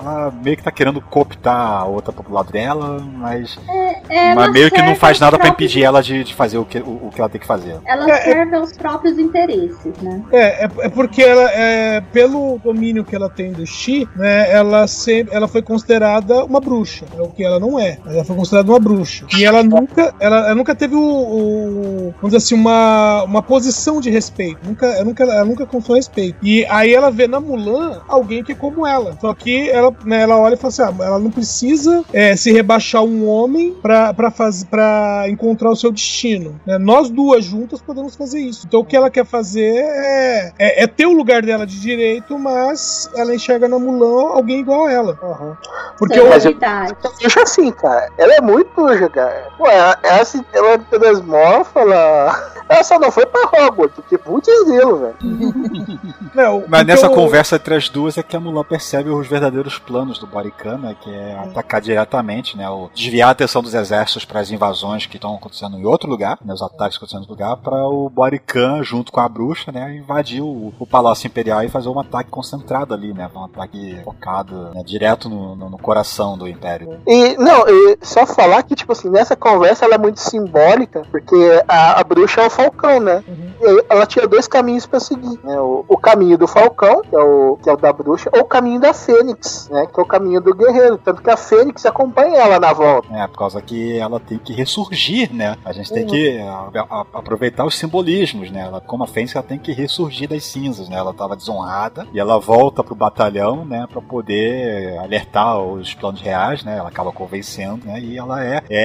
ela meio que tá querendo cooptar a outra pro lado dela, mas meio que serve não faz nada pra próprios- impedir ela de fazer o que ela tem que fazer. Ela serve aos próprios interesses, né? É porque ela, pelo domínio que ela tem do Shi, né, ela foi considerada uma bruxa, é o que ela não é. Ela foi considerada uma bruxa. E ela nunca teve vamos dizer assim, uma posição de respeito. Ela nunca construiu respeito. E aí ela vê na Mulan alguém que é como ela. Só que ela olha e fala assim, ela não precisa se rebaixar um homem pra encontrar o seu destino. Né? Nós duas juntas podemos fazer isso. Então o que ela quer fazer é ter o lugar dela de direito, mas ela enxerga na Mulan alguém igual a ela. Uhum. Porque Eu acho assim, cara. Ela é muito bruxa, cara. Pô, ela transmorfa, ela só não foi pra Hogwarts, porque putz grilo, velho. Mas nessa conversa entre as duas é que a Mulan percebe os verdadeiros planos do Barikan, né, que é atacar diretamente, né, ou desviar a atenção dos exércitos para as invasões que estão acontecendo em outro lugar, né, os ataques acontecendo em outro lugar, para o Barikan, junto com a bruxa, né, invadir o Palácio Imperial e fazer um ataque concentrado ali, né, um ataque focado, né, direto no coração do Império. E só falar que, tipo assim, nessa conversa ela é muito simbólica, porque a bruxa é o Falcão, né? E ela tinha dois caminhos pra seguir, né? O caminho do Falcão, que é o da bruxa, ou o caminho da Fênix, né? Que é o caminho do guerreiro. Tanto que a Fênix acompanha ela na volta. Por causa que ela tem que ressurgir, né? A gente tem que aproveitar os simbolismos, né? Como a Fênix, ela tem que ressurgir das cinzas, né? Ela estava desonrada e ela volta pro batalhão, né? Pra poder alertar os planos reais, né? Ela acaba convencendo, né? E ela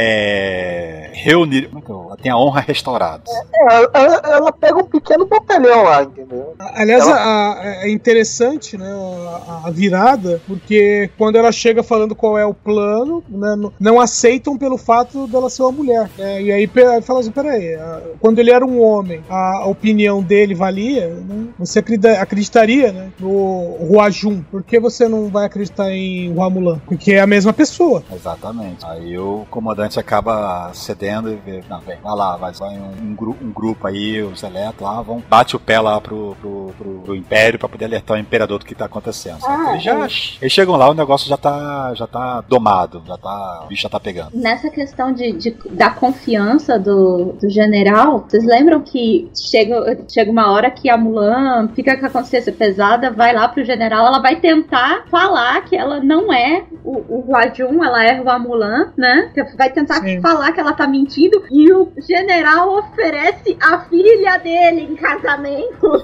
reunir... Ela tem a honra restaurada. Ela pega um pequeno batalhão lá, entendeu? Aliás, é interessante, né, a virada, porque quando ela chega falando qual é o plano, né, não aceitam pelo fato dela ser uma mulher. Né, e aí fala assim, peraí, quando ele era um homem, a opinião dele valia, né, você acreditaria, né, no Hua Jun. Por que você não vai acreditar em Hua Mulan? Porque é a mesma pessoa. Exatamente. Aí o comandante acaba cedendo e vê, não, vem, vai lá, vai um grupo aí, os elétricos lá, bate o pé lá pro Império pra poder alertar o Imperador do que tá acontecendo. Eles chegam lá, o negócio já tá domado, o bicho já tá pegando. Nessa questão da confiança do general, vocês lembram que chega uma hora que a Mulan fica com a consciência pesada, vai lá pro general, ela vai tentar falar que ela não é o Hua Jun, ela é Hua Mulan, né? Vai tentar falar que ela tá mentindo e o general oferece a filha dele em casamento.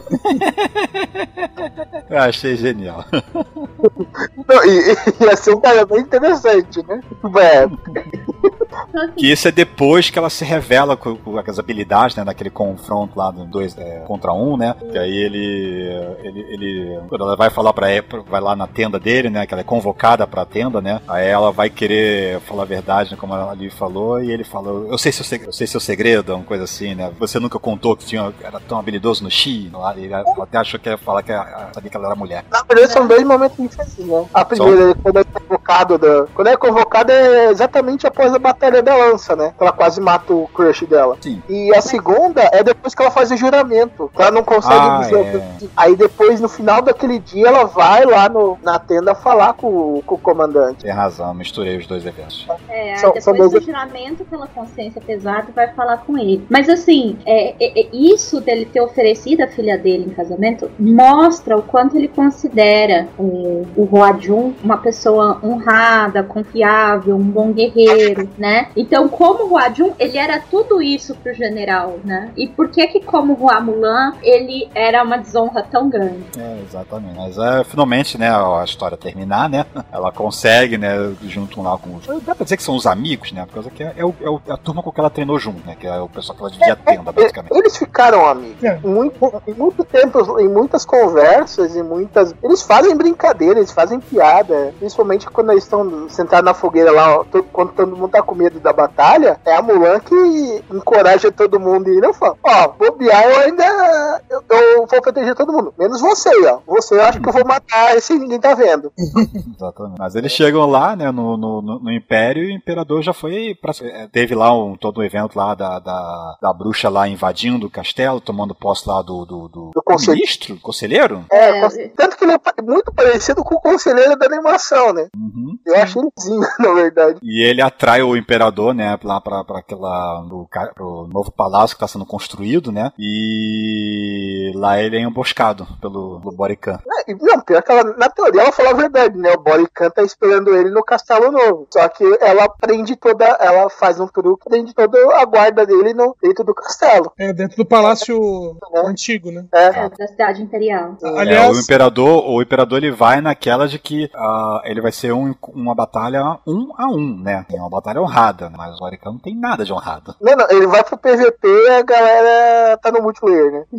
Eu achei genial. Não, ia ser um cara bem interessante, né? Que isso é depois que ela se revela com as habilidades, né? Naquele confronto lá do 2 contra 1, né? Que aí ele quando ela vai falar vai lá na tenda dele, né? Que ela é convocada pra tenda, né? Aí ela vai querer falar a verdade, né, como ela ali falou, e ele falou, eu sei seu segredo, uma coisa assim, né? Você nunca contou que era tão habilidoso no Xi, ela até achou que ia falar que sabia que ela era mulher. Na verdade, são dois momentos diferentes, né? A primeira, quando é convocado é exatamente após a batalha da lança, né? Ela quase mata o crush dela. Sim. E a segunda é depois que ela faz o juramento. Ela não consegue dizer. Aí depois, no final daquele dia, ela vai lá na tenda falar com o comandante. Tem razão, misturei os dois eventos. Depois do juramento pela consciência pesada, vai falar com ele. Mas assim, isso dele ter oferecido a filha dele em casamento mostra o quanto ele considera o Hua Jun uma pessoa honrada, confiável, um bom guerreiro, né? Então, como o Hua Jun, ele era tudo isso pro general, né? E por que como Hua Mulan, ele era uma desonra tão grande? Exatamente. Mas finalmente, né, a história terminar, né? Ela consegue, né, junto lá com os... Dá pra dizer que são os amigos, né? Por causa que é a turma com que ela treinou junto, né? Que é o pessoal que ela dividia a tenda, basicamente. Eles ficaram amigos. Em muito tempo, em muitas conversas, eles fazem brincadeira, eles fazem piada. Principalmente quando eles estão sentados na fogueira lá, quando todo mundo tá com medo da batalha, é a Mulan que encoraja todo mundo e não fala, bobear, eu vou proteger todo mundo, menos você, ó. Você eu acho que eu vou matar esse ninguém tá vendo. Exatamente. Mas eles chegam lá, né, no Império, e o Imperador já foi teve lá todo um evento lá da bruxa lá invadindo o castelo, tomando posse lá do ministro? Conselheiro? Tanto que ele é muito parecido com o conselheiro da animação, né? Uhum. Eu acho elezinho, na verdade. E ele atrai o Imperador, né, lá pro novo palácio que tá sendo construído, né? E lá ele é emboscado pelo Borican. Não, pior que na teoria ela fala a verdade, né? O Borican tá esperando ele no castelo novo. Só que ela ela faz um truque, prende toda a guarda dele dentro do castelo. Dentro do palácio antigo, né? Da cidade imperial. Aliás, o Imperador ele vai naquela de que ele vai ser uma batalha 1-1, né? É uma batalha honrada, mas o Borican não tem nada de honrado. Não, ele vai pro PVP e a galera tá no multiplayer, né?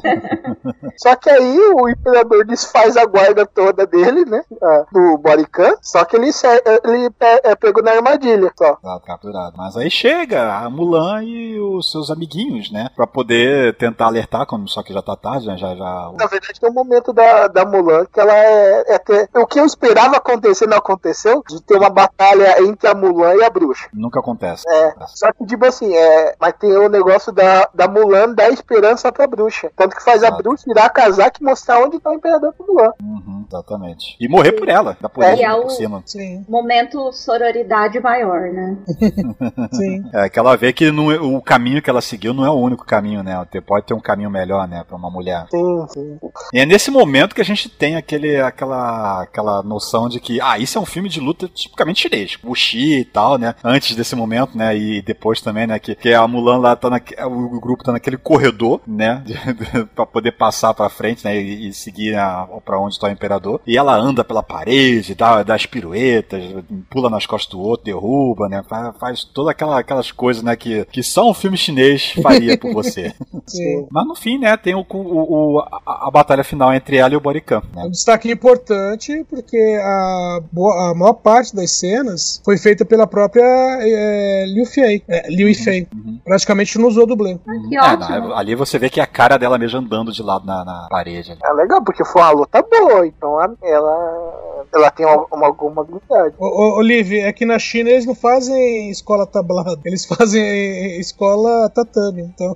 Só que aí o Imperador desfaz a guarda toda dele, né? Do Borican, só que ele pegou na armadilha, só. Tá capturado. Mas aí chega a Mulan e os seus amiguinhos, né? Pra poder tentar alertar, só que já tá tarde, né? Na verdade, tem um momento da Mulan que ela o que eu esperava acontecer não aconteceu, de ter uma batalha entre a Mulan e a bruxa. Nunca acontece. Só que, tipo assim, mas tem o negócio da Mulan dar esperança pra bruxa. Tanto que faz a bruxa virar a casaca e mostrar onde tá o imperador pra Mulan. Uhum, exatamente. E morrer por ela, da polícia por cima. Sim. Momento sororidade maior, né? Sim. Que ela vê que o caminho que ela seguiu não é o único caminho, né? Pode ter um caminho melhor, né? Pra uma mulher. Sim. E é nesse momento que a gente tem aquela noção de que, isso é um filme de luta tipicamente chinês. Wuxi e tal, né? Antes desse momento, né? E depois também, né? Que a Mulan lá tá o grupo tá naquele corredor, né? Pra poder passar pra frente, né? E seguir pra onde está o Imperador. E ela anda pela parede, dá as piruetas, pula nas costas do outro, derruba, né? Faz todas aquelas coisas, né? Que só um filme chinês faria por você. Sim. Mas no fim, né? Tem a batalha final entre ela e o Borican, né? Um destaque importante, porque a maior parte das cenas foi feita pela própria Liu Yifei. Uhum. Praticamente não usou dublê. Que ótimo. Ali você vê que é a cara dela mesmo andando de lado na parede. Ali. É legal, porque foi uma luta boa, então ela tem alguma habilidade. Olive, é que na China eles não fazem escola tablada, eles fazem escola tatame, então.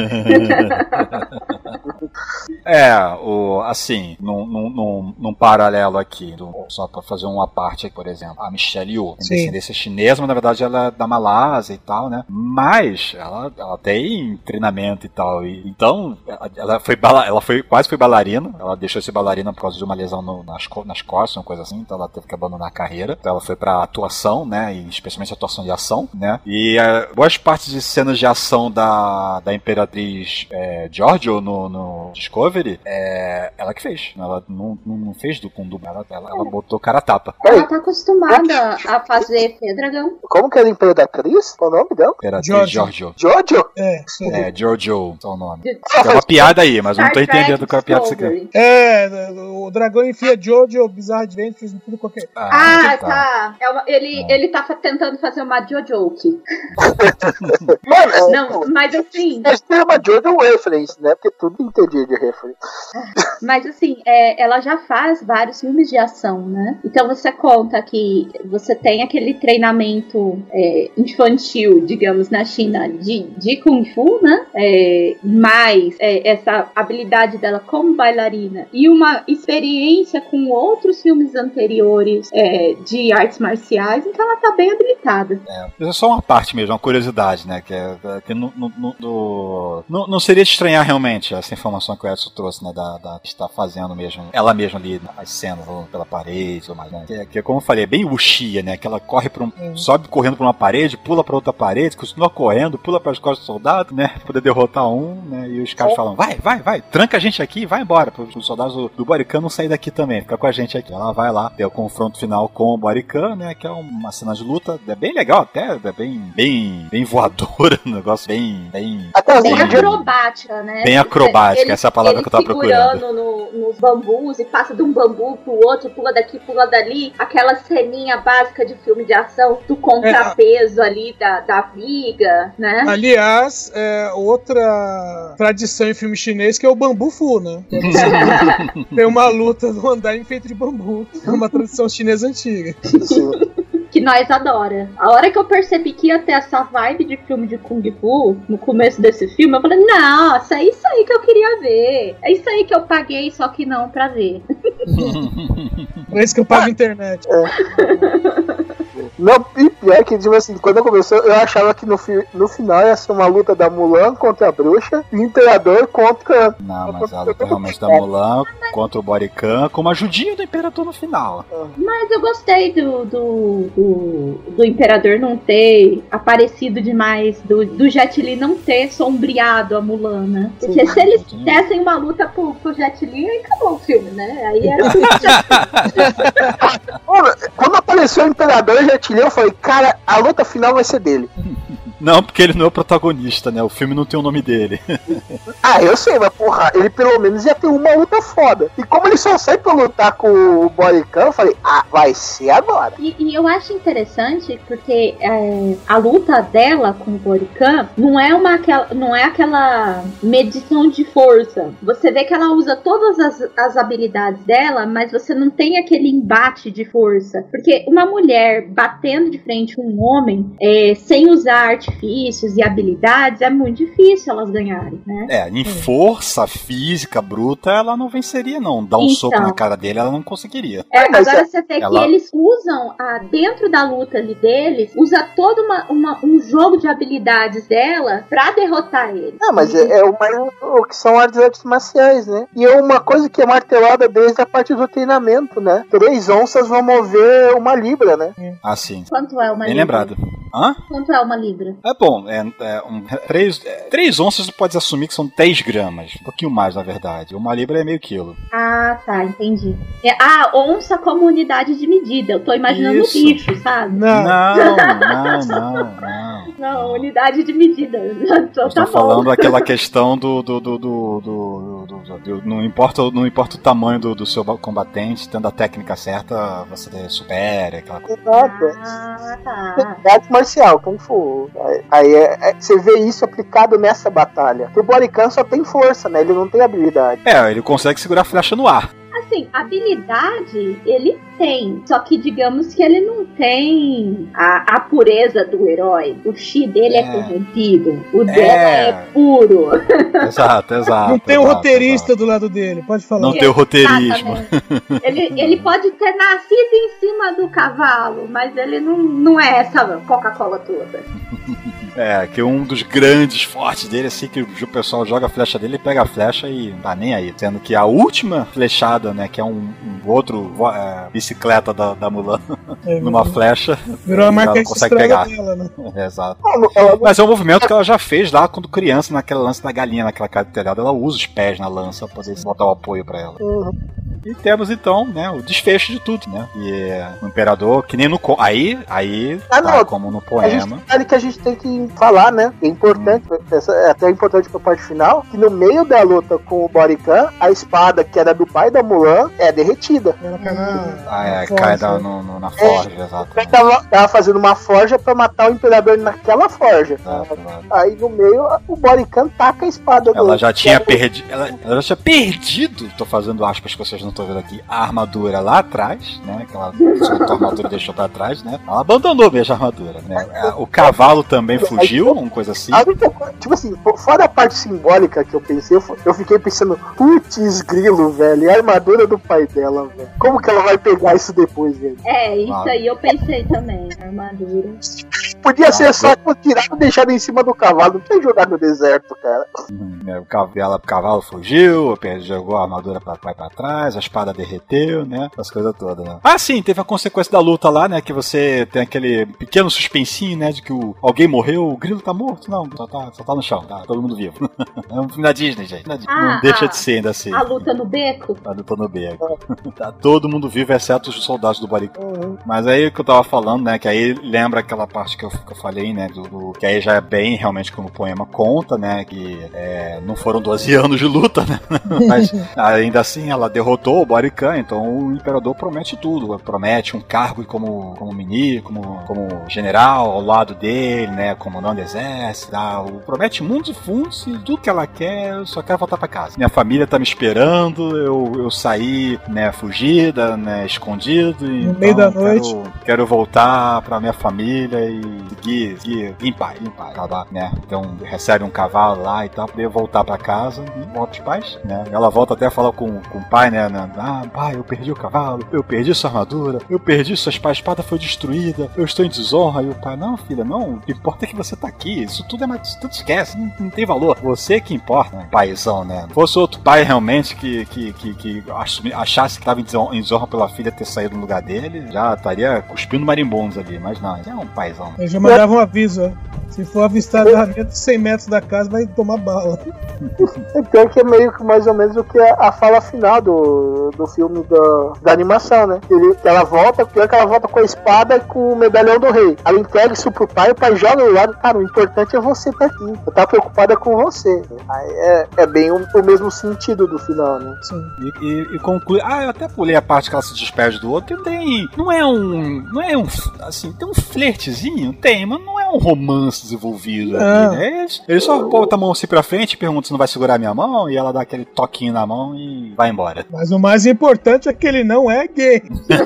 Assim, num paralelo aqui, só pra fazer uma parte aqui, por exemplo, a Michelle Yeoh, tem descendência chinesa, mas na verdade ela é da Malásia e tal, né? Mas ela tem treinamento e tal, então ela quase foi bailarina, ela deixou de ser bailarina por causa de uma lesão nas costas, uma coisa assim, então ela teve que abandonar a carreira, então ela foi pra atuação, né? E especialmente atuação de ação, né? E boas partes de cenas de ação da Imperatriz Giorgio no Discovery, ela que fez. Ela não fez com dublê, ela botou cara a tapa. Ela tá acostumada a fazer Dragão. Como que era a Imperatriz? Qual o nome dela? Imperatriz Giorgio. Giorgio? Giorgio, é o nome. Tem uma piada aí, mas eu não tô entendendo qual é a piada que você quer. O dragão enfia Jojo, Bizarre Adventures e tudo qualquer. Tá. Ele tá tentando fazer uma Jojoke. Mano, não, mas assim. Esse é uma Jojo reference, né? Porque tudo entendia de reference. Mas assim, ela já faz vários filmes de ação, né? Então você conta que você tem aquele treinamento infantil, digamos, na China de Kung Fu, né? Mais essa habilidade dela como bailarina e uma experiência com outros filmes anteriores de artes marciais, então ela tá bem habilitada. É só uma parte mesmo, uma curiosidade, né? Que não seria de estranhar realmente essa informação que o Edson trouxe, né? Da que está fazendo mesmo, ela mesma ali, as cenas pela parede e tudo mais, né? Que como eu falei, é bem wuxia, né? Que ela corre sobe correndo pra uma parede, pula pra outra parede, continua correndo, pula pras costas do soldado, né? Pra poder derrotar um, né? E os caras falam, vai, tranca a gente aqui e vai embora. Para os soldados do Borican não sair daqui também, fica com a gente aqui. Ela vai lá, tem o confronto final com o Borican, né? Que é uma cena de luta, é bem legal até, é bem voadora, um negócio bem acrobática, né? Bem acrobática. Acho que essa é a palavra que eu tava procurando. Segurando nos bambus e passa de um bambu pro outro, pula daqui, pula dali. Aquela ceninha básica de filme de ação do contrapeso ali da viga, né? Aliás, outra tradição em filme chinês que é o bambu fu, né? Tem uma luta no andar feito de bambu. É uma tradição chinesa antiga. Que nós adora. A hora que eu percebi que ia ter essa vibe de filme de Kung Fu, no começo desse filme, eu falei, nossa, é isso aí que eu queria ver. É isso aí que eu paguei, só que não pra ver. É isso que eu pago na internet. Não, e pior que, tipo assim, quando começou, eu achava que no final ia ser uma luta da Mulan contra a bruxa e o Imperador contra... Não, mas a luta realmente da Mulan contra o Borican com uma ajudinha do Imperador no final. Mas eu gostei do Imperador não ter aparecido demais, do Jet Li não ter sombreado a Mulan, né? Porque se eles dessem uma luta pro Jet Li, aí acabou o filme, né? Aí era Quando apareceu o Imperador e Jet Li, eu falei, cara, a luta final vai ser dele. Não, porque ele não é o protagonista, né? O filme não tem o nome dele. Eu sei, mas porra, ele pelo menos ia ter uma luta foda. E como ele só sai pra lutar com o Borican, eu falei, vai ser agora. E eu acho interessante porque a luta dela com o Borican não é aquela medição de força. Você vê que ela usa todas as habilidades dela, mas você não tem aquele embate de força. Porque uma mulher batendo de frente com um homem sem usar artifícios e habilidades, é muito difícil elas ganharem, né? Em força física bruta, ela não venceria, não. Dar um soco na cara dele, ela não conseguiria. Agora você vê que eles usam, dentro da luta ali deles, usa todo um jogo de habilidades dela pra derrotar ele. Mas o que são as artes marciais, né? E é uma coisa que é martelada desde a parte do treinamento, né? 3 onças vão mover uma libra, né? Sim. Quanto é uma Bem libra? Lembrado. Hã? Quanto é uma libra? 3 onças pode assumir que são 10 gramas. Um pouquinho mais, na verdade. Uma libra é meio quilo. Tá, entendi. Onça como unidade de medida. Eu tô imaginando um bicho, sabe? Não, unidade de medida. Eu tô falando aquela questão do não importa o tamanho do seu combatente, tendo a técnica certa, você supera aquela coisa. Tá. Arte marcial, como for. Aí você vê isso aplicado nessa batalha. O Borican só tem força, né? Ele não tem habilidade. Ele consegue segurar a flecha no ar. Assim, habilidade ele tem, só que digamos que ele não tem a pureza do herói. O chi dele é corrompido, o dela é puro. Exato. Não tem o roteirista do lado dele, pode falar. Não tem o roteirismo. Ele pode ter nascido em cima do cavalo, mas ele não é essa Coca-Cola toda. Que um dos grandes fortes dele, assim, que o pessoal joga a flecha dele, pega a flecha e não tá nem aí. Sendo que a última flechada, né, que é um outro bicicleta da Mulan, numa flecha, virou a marca consegue pegar. Dela, né? Exato. Mas é um movimento que ela já fez lá quando criança, naquela lança da galinha, naquela casa de telhado, ela usa os pés na lança pra poder botar o apoio pra ela. E temos então, né, o desfecho de tudo, né? E o imperador, que nem no como no poema. Que a gente tem que falar, né? É importante, é até importante pra parte final, que no meio da luta com o Borican, a espada que era do pai da Mulan é derretida. Ela cai cai na forja, exato. Ele tava fazendo uma forja pra matar o imperador naquela forja. Aí no meio, o Borican taca a espada dele. Ela já tinha perdido, tô fazendo aspas que vocês não estão vendo aqui, a armadura lá atrás, né? Que ela soltou a armadura e deixou pra trás, né? Ela abandonou mesmo a armadura, né? O cavalo também fugiu, uma coisa assim. Tipo assim, fora a parte simbólica que eu pensei, eu fiquei pensando, putz grilo, velho, e a armadura do pai dela, velho. Como que ela vai pegar isso depois, velho? Isso aí eu pensei também, a armadura. Podia ser só tirado e deixado em cima do cavalo, não tem jogar no deserto, cara. O cavalo fugiu, jogou a armadura pra trás, espada derreteu, né? As coisas todas, né? Ah, sim, teve a consequência da luta lá, né? Que você tem aquele pequeno suspensinho, né? De que alguém morreu, o grilo tá morto. Não, só tá no chão, tá todo mundo vivo. É um filme da Disney, gente. Não deixa de ser ainda assim. A luta no beco? A luta no beco. Tá todo mundo vivo, exceto os soldados do Baricão. Mas aí o que eu tava falando, né? Que aí lembra aquela parte que eu falei, né? Que aí já é bem realmente como o poema conta, né? Que não foram 12 anos de luta, né? Mas ainda assim ela derrotou o Baricã, então o imperador promete tudo. Promete um cargo como ministro, como general ao lado dele, né? Comandante do exército. Promete mundos e fundos e tudo que ela quer, eu só quero voltar pra casa. Minha família tá me esperando, eu saí, né, fugida, né, escondido. No meio da noite. Quero voltar pra minha família e seguir em paz, né? Então recebe um cavalo lá e tal, poder voltar pra casa e volta pros pais, né? Ela volta até a falar com o pai, né? Pai, eu perdi o cavalo, eu perdi sua armadura, eu perdi sua espada, a espada foi destruída, eu estou em desonra. E o pai, não, filha, não, o que importa é que você tá aqui, isso tudo esquece, não tem valor, você que importa, né? Paizão, né? Se fosse outro pai realmente que achasse que tava em desonra pela filha ter saído no lugar dele, já estaria cuspindo marimbondos ali, mas não, é um paizão. Ele já mandava um aviso, ó. Se for avistado a menos de 100 metros da casa, vai tomar bala. Então que é meio que mais ou menos o que é a fala final do filme da animação, né? Ela volta com a espada e com o medalhão do rei. Ela entrega isso pro pai, o pai joga do lado. Cara, o importante é você estar aqui. Eu tava preocupada com você. Aí é bem o mesmo sentido do final, né? Sim. E conclui. Eu até pulei a parte que ela se despede do outro. Não é um assim, tem um flertezinho, tem, mas não é um romance desenvolvido ali, né? Ele só bota a mão assim pra frente e pergunta se não vai segurar minha mão, e ela dá aquele toquinho na mão e vai embora. Mas o mais importante é que ele não é gay.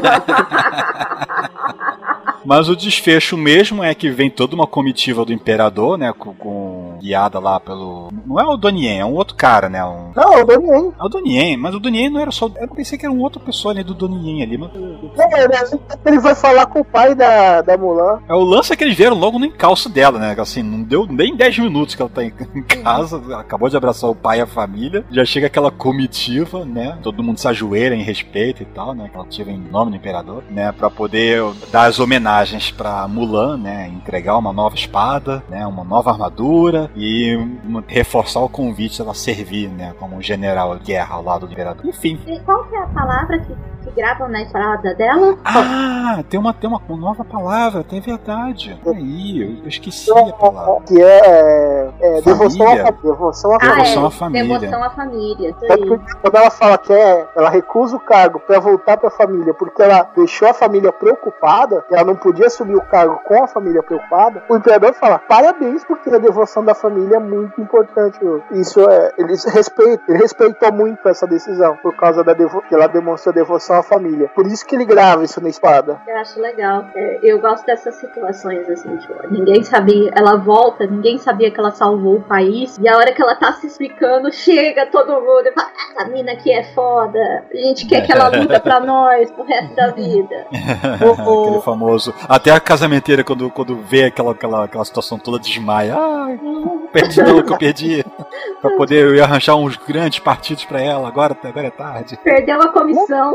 Mas o desfecho mesmo é que vem toda uma comitiva do imperador, né, guiada lá pelo... Não é o Donnie, é um outro cara, né? Não, é o Donnie. É o Donnie, mas o Donnie não era só... Eu pensei que era uma outra pessoa ali do Donnie ali, mas... Ele vai falar com o pai da Mulan. O lance é que eles vieram logo no encalço dela, né? Assim, não deu nem 10 minutos que ela tá em casa, acabou de abraçar o pai e a família, já chega aquela comitiva, né? Todo mundo se ajoelha em respeito e tal, né? Aquela comitiva em nome do imperador, né? Pra poder dar as homenagens pra Mulan, né? Entregar uma nova espada, né? Uma nova armadura e reforçar o convite dela servir, né? Como um general de guerra ao lado do imperador. Enfim. E qual que é a palavra que gravam na espada dela? Tem uma nova palavra, tem verdade. Aí, eu esqueci a palavra. Que é devoção à família. Devoção à família. Quando ela fala que ela recusa o cargo pra voltar pra família porque ela deixou a família preocupada, ela não podia assumir o cargo com a família preocupada, o imperador fala, parabéns, porque a devoção da família é muito importante. Isso ele respeitou muito essa decisão, por causa que ela demonstrou devoção à família. Por isso que ele grava isso na espada. Eu acho legal. Eu gosto dessas situações, assim, tipo, ninguém sabia, ela volta, ninguém sabia que ela salvou o país, e a hora que ela tá se explicando, chega todo mundo e fala, essa mina aqui é foda, a gente quer que ela luta pra nós pro resto da vida. Aquele famoso, até a casamenteira quando vê aquela situação toda desmaia, perdi não, que eu perdi pra poder eu ia arranjar uns grandes partidos pra ela, agora é tarde. Perdeu a comissão.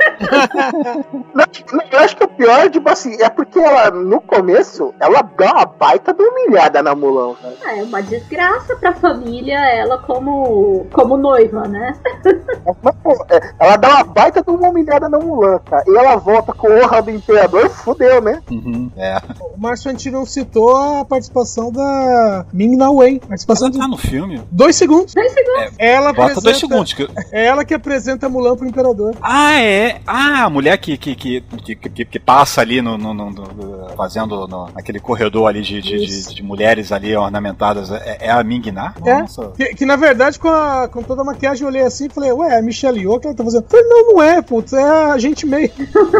Eu acho que o pior, tipo assim, é porque ela, no começo, ela dá uma baita de humilhada na Mulan, cara. É uma desgraça pra família, ela como noiva, né? Ela dá uma baita de uma humilhada na Mulan, cara. E ela volta com honra do imperador, fudeu, né? O Márcio Antino citou a participação da Ming-Na Wen. Ela tá no filme? 2 segundos. 2 segundos. Ela bota 2 segundos. É ela que apresenta a Mulan pro imperador. A mulher que passa ali fazendo aquele corredor ali de mulheres ali ornamentadas é a Ming-Na? Que na verdade com toda a maquiagem eu olhei assim e falei, ué, é a Michelle Yeoh que ela tá fazendo? Eu falei, não é, putz, é a gente meio.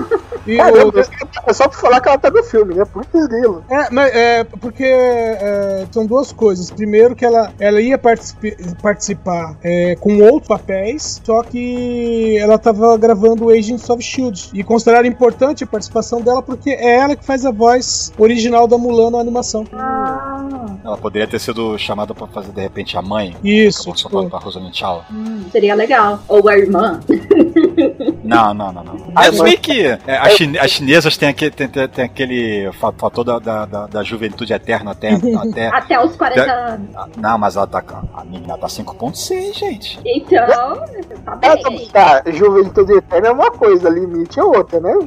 É só pra falar que ela tá no filme, né? Por que grilo? Porque são duas coisas. Primeiro que ela ia participar com outros papéis, só que ela tava gravando o Agents of S.H.I.E.L.D. e consideraram importante a participação dela porque é ela que faz a voz original da Mulan na animação. Ela poderia ter sido chamada pra fazer de repente a mãe. Isso. Só pra Rosalind Chao. Seria legal. Ou a irmã. Não. É bem que as chinesas têm aquele fator da juventude eterna até os 40 anos. Não, mas a menina tá 5.6, gente. Então, tá bem. Tá, juventude eterna é uma coisa, limite é outra, né?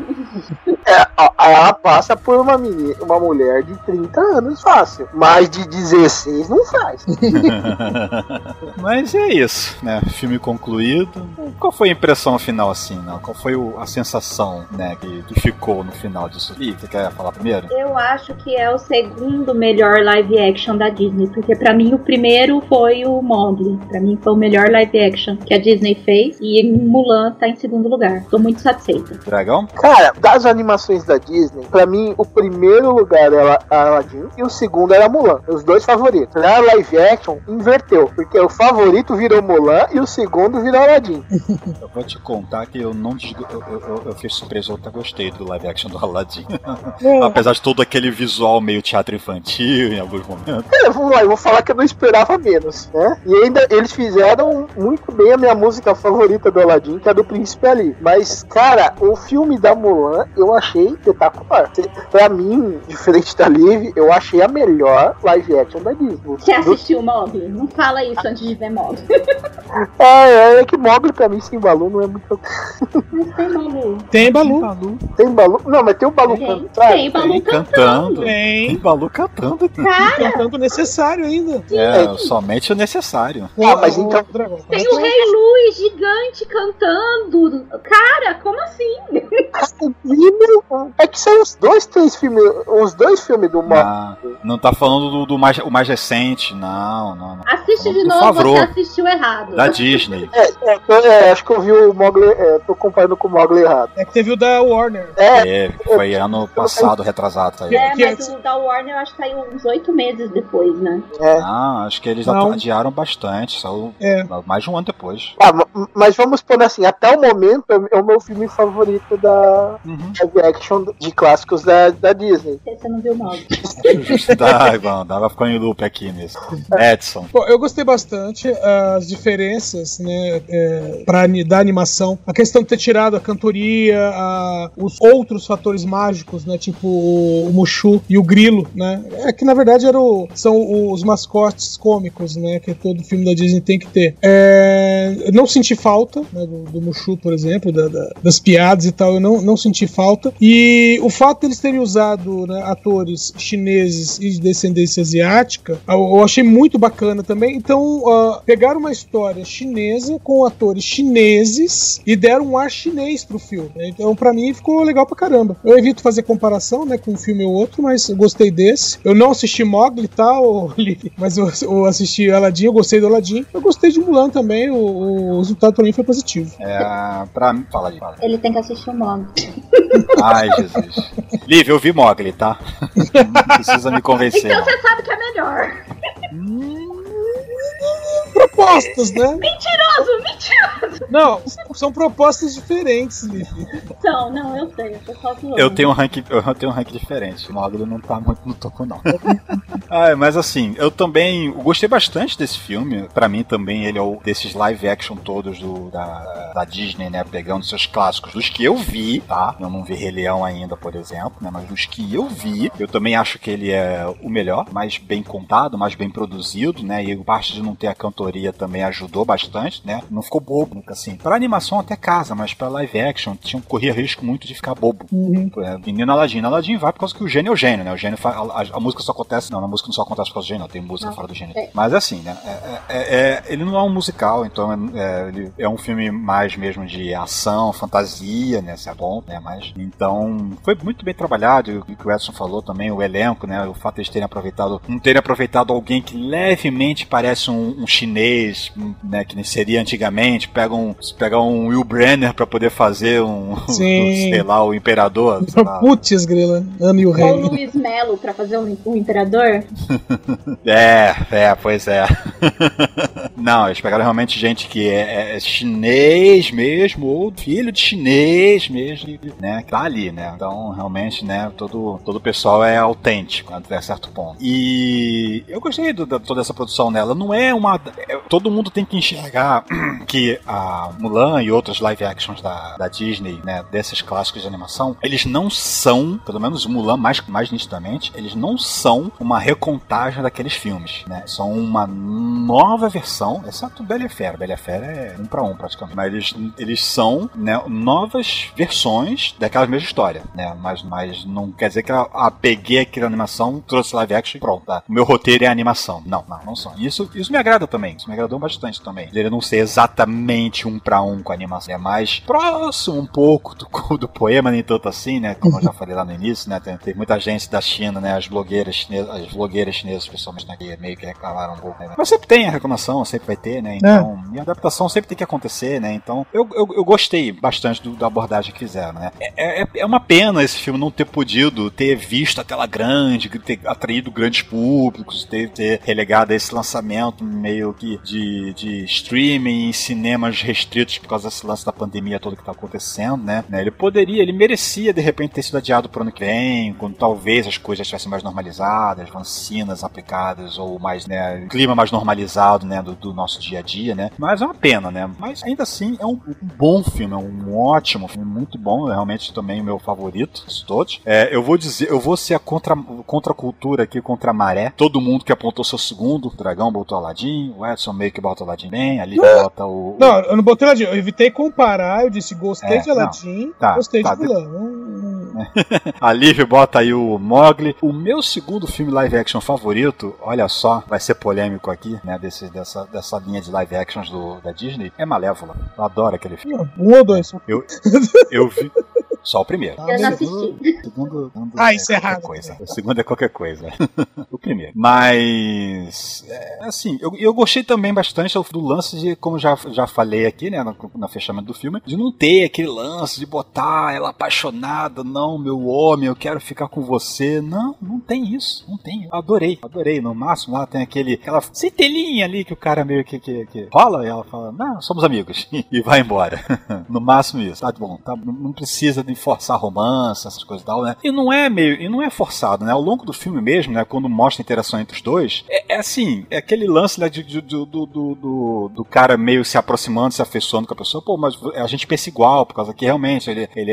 Ela passa por uma mulher de 30 anos fácil, mais de 16 não faz. Mas é isso, né? Filme concluído. Qual foi a impressão final, assim, né? Qual foi a sensação, né, que ficou no final disso? Ih, você quer falar primeiro? Eu acho que é o segundo melhor live action da Disney, porque pra mim o primeiro foi o Mowgli. Pra mim foi o melhor live action que a Disney fez, e Mulan tá em segundo lugar. Tô muito satisfeita. Dragão? Cara, das animações da Disney, pra mim o primeiro lugar era Aladdin e o segundo era Mulan. Os dois favoritos. Na live action, inverteu, porque o favorito virou Mulan e o segundo virou Aladdin. Eu vou te contar que eu não eu fiquei surpreso, eu até gostei do live action do Aladdin. Apesar de todo aquele visual meio teatro infantil em alguns momentos. Vamos lá, eu vou falar que eu não esperava menos, né? E ainda eles fizeram muito bem a minha música favorita do Aladdin, que é do Príncipe Ali. Mas, cara, o filme da Mulan eu achei espetacular. Pra mim, diferente da Liv, eu achei a melhor live action da Disney. Você assistiu o Mowgli? Não fala isso antes de ver Mowgli. É que Mowgli pra mim sem Balu não é muito. Mas tem Balu. Tem Balu. Tem Balu? Não, mas tem o Balu cantando. Tem Balu cantando. Tem Balu cantando. Cara, Cantando necessário ainda. Somente o necessário. Mas então. tem o Rei Louie gigante cantando. Cara, como assim? É que são os dois filmes do Mowgli. Não tá falando do mais recente, não. Assiste de Do novo, Favreau. você assistiu errado. Da Disney. Acho que eu vi o Mowgli. Tô comparando com o Mowgli errado. É que teve o da Warner. Foi ano passado, retrasado. Aí. Mas o da Warner eu acho que saiu uns 8 meses depois, né? Acho que eles adiaram bastante. Saiu mais de um ano depois. Mas vamos pôr assim, até o momento é o meu filme favorito da live action de clássicos da Disney. Você não viu mal. Dava ficando em loop aqui mesmo. Edson. Bom, eu gostei bastante as diferenças, né, da animação. A questão de ter tirado a cantoria, os outros fatores mágicos, né, tipo o Mushu e o Grilo, né, que na verdade são os mascotes cômicos, né, que todo filme da Disney tem que ter. Não senti falta, né, do Mushu, por exemplo, das piadas e tal, eu não senti falta. E o fato de eles terem usado, né, atores chineses e de descendência asiática, eu achei muito bacana também. Então, pegaram uma história chinesa com atores chineses e deram um ar chinês pro filme, né? Então, pra mim, ficou legal pra caramba. Eu evito fazer comparação, né, com um filme ou outro, mas eu gostei desse. Eu não assisti Mowgli e tal, mas eu assisti Aladdin, eu gostei do Aladdin. Eu gostei de Mulan também, o resultado pra mim foi positivo. Pra mim, fala. Ele tem que assistir o Mowgli. Ai, Jesus. Liv, eu vi Mowgli, tá? Não precisa me convencer. Então você sabe que é melhor. Propostas, né? Mentiroso! Não, são propostas diferentes, Liv. Não, eu sei, eu tô só zoando. Eu tenho um ranking diferente. O Mowgli não tá muito no topo, não. Mas assim, eu também gostei bastante desse filme. Pra mim também ele é desses live action todos da Disney, né? Pegando seus clássicos, dos que eu vi, tá? Eu não vi Rei Leão ainda, por exemplo, né? Mas dos que eu vi, eu também acho que ele é o melhor, mais bem contado, mais bem produzido, né? E parte de não ter a cantoria também ajudou bastante, né? Não ficou bobo, assim. Pra animação até casa, mas pra live action corria risco muito de ficar bobo. Menino Aladdin vai por causa que o gênio é o gênio, né? O gênio a música só acontece, não, a música não só acontece por causa do gênio, tem música fora do gênio. Mas assim, né? Ele não é um musical, então ele é um filme mais mesmo de ação, fantasia, né? Se é bom, né? Mas então foi muito bem trabalhado, o que o Edson falou também, o elenco, né? O fato de eles não terem aproveitado alguém que levemente parece um chinês, né? Que nem seria antigamente, pega um Will Brenner pra poder fazer sei lá, o imperador. Putz, grila, Ana e o Ou rei. o Luiz Melo pra fazer um imperador. Pois é. Não, eles pegaram realmente gente que é chinês mesmo, ou filho de chinês mesmo, né, que tá ali, né. Então, realmente, né, todo o pessoal é autêntico até certo ponto. E eu gostei de toda essa produção nela. Não é uma... todo mundo tem que enxergar que a Mulan e outros live actions da Disney, né, desses clássicos de animação, eles não são, pelo menos Mulan mais nitidamente, eles não são uma recontagem daqueles filmes, né. São uma nova versão, exceto Bela e a Fera. Bela e a Fera é 1 para 1 praticamente. Mas eles são, né, novas versões daquela mesma história, né. Mas não quer dizer que eu peguei aquela animação, trouxe live action e pronto, tá? O meu roteiro é animação. Não são. Isso me agrada também. Isso me agradou bastante também. Ele não ser exatamente 1 para 1 com a animação. É mais próximo um pouco do poema, nem tanto assim, né? Como eu já falei lá no início, né? Tem muita gente da China, né? As blogueiras chinesas, pessoalmente, né? Que meio que reclamaram um pouco, né? Mas sempre tem a reclamação, sempre vai ter, né? Então, e a adaptação sempre tem que acontecer, né? Então, eu gostei bastante da abordagem que fizeram, né? É uma pena esse filme não ter podido ter visto a tela grande, ter atraído grandes públicos, ter relegado a esse lançamento meio que de streaming em cinemas restritos por causa desse lance da pandemia toda que tá acontecendo, né? Ele merecia de repente ter sido adiado pro ano que vem, quando talvez as coisas estivessem mais normalizadas, vacinas aplicadas ou mais, né, clima mais normalizado, né, do nosso dia a dia, né? Mas é uma pena, né? Mas ainda assim é um bom filme, é um ótimo filme, muito bom, é realmente também o meu favorito de todos. Eu vou ser a contra-cultura aqui, contra a maré. Todo mundo que apontou seu segundo, o Dragão botou Aladdin, o Edson meio que bota o Aladdin bem, ali bota o... Não, eu não botei Aladdin, eu evitei comparar, eu disse gostei de Aladdin, gostei de Mulan. A Liv bota aí o Mowgli. O meu segundo filme live action favorito, olha só, vai ser polêmico aqui, né, dessa linha de live actions da Disney, é Malévola. Eu adoro aquele filme. 1 ou 2? Eu vi só o primeiro. Eu não assisti. Segundo isso é errado. Coisa. O segundo é qualquer coisa. O primeiro. Mas, assim, eu gostei também bastante do lance de, como já falei aqui, né, no fechamento do filme, de não ter aquele lance de botar ela apaixonada, não, meu homem, eu quero ficar com você. Não tem isso. Não tem. Adorei. No máximo lá tem aquela centelhinha ali que o cara meio que rola e ela fala, não, somos amigos. E vai embora. No máximo isso. Tá bom, tá, não precisa de forçar romance, essas coisas e tal, né? E não é forçado, né? Ao longo do filme mesmo, né? Quando mostra a interação entre os dois, assim, é aquele lance, né, do cara meio se aproximando, se afeiçoando com a pessoa. Pô, mas a gente pensa igual, por causa que realmente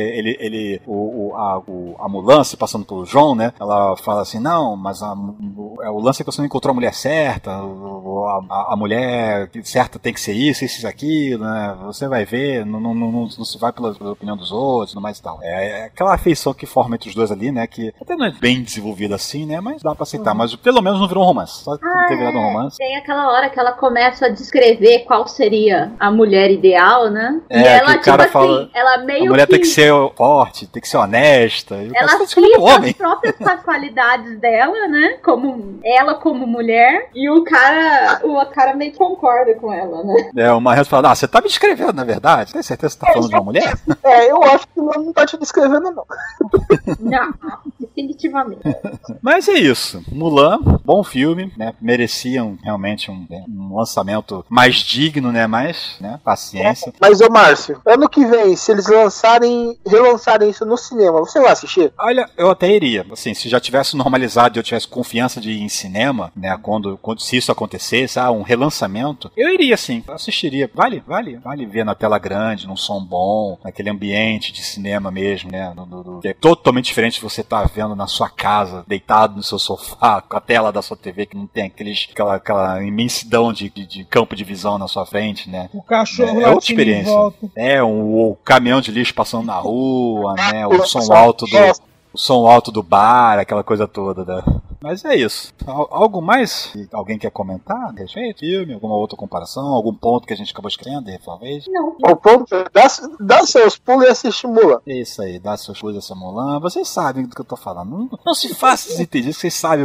a Mulan se passando pelo João, né? Ela fala assim, não, mas o lance é que você não encontrou a mulher certa, a mulher certa tem que ser isso, aquilo, né? Você vai ver, não se vai pela opinião dos outros, não mais e tal. É aquela afeição que forma entre os dois ali, né? Que até não é bem desenvolvida assim, né? Mas dá pra aceitar. Mas pelo menos não virou um romance. Só ter virado um romance. Tem aquela hora que ela começa a descrever qual seria a mulher ideal, né? E ela, que o cara tipo fala, assim, ela meio a mulher tem que ser forte, tem que ser honesta. Ela cita as próprias qualidades dela, né? Como mulher. E o cara meio que concorda com ela, né? O Marreto fala, você tá me descrevendo, na verdade? Tem certeza que você tá falando de uma mulher? Eu acho que não tá te descrevendo, não. Não, definitivamente. Mas é isso. Mulan, bom filme, né? Mereciam realmente um lançamento mais digno, né? Mais, né? Paciência. Mas, ô Márcio, ano que vem, se eles relançarem isso no cinema, você vai assistir? Olha, eu até iria. Assim, se já tivesse normalizado e eu tivesse confiança de ir em cinema, né? Quando se isso acontecesse, um relançamento, eu iria sim, assistiria. Vale ver na tela grande, num som bom, naquele ambiente de cinema mesmo, né? Que é totalmente diferente de você estar vendo na sua casa, deitado no seu sofá, com a tela da sua TV, que não tem aquela imensidão de campo de visão na sua frente, né? O cachorro é outra experiência. O caminhão de lixo passando na rua, né? O som alto do bar, aquela coisa toda, né? Mas é isso. Algo mais que alguém quer comentar a respeito? Filme, alguma outra comparação? Algum ponto que a gente acabou escrevendo, talvez? Não. O ponto dá seus pulos e assiste Mulan. Isso aí, dá seus pulos essa Mulan. Vocês sabem do que eu tô falando. Não se faça desentender, vocês sabem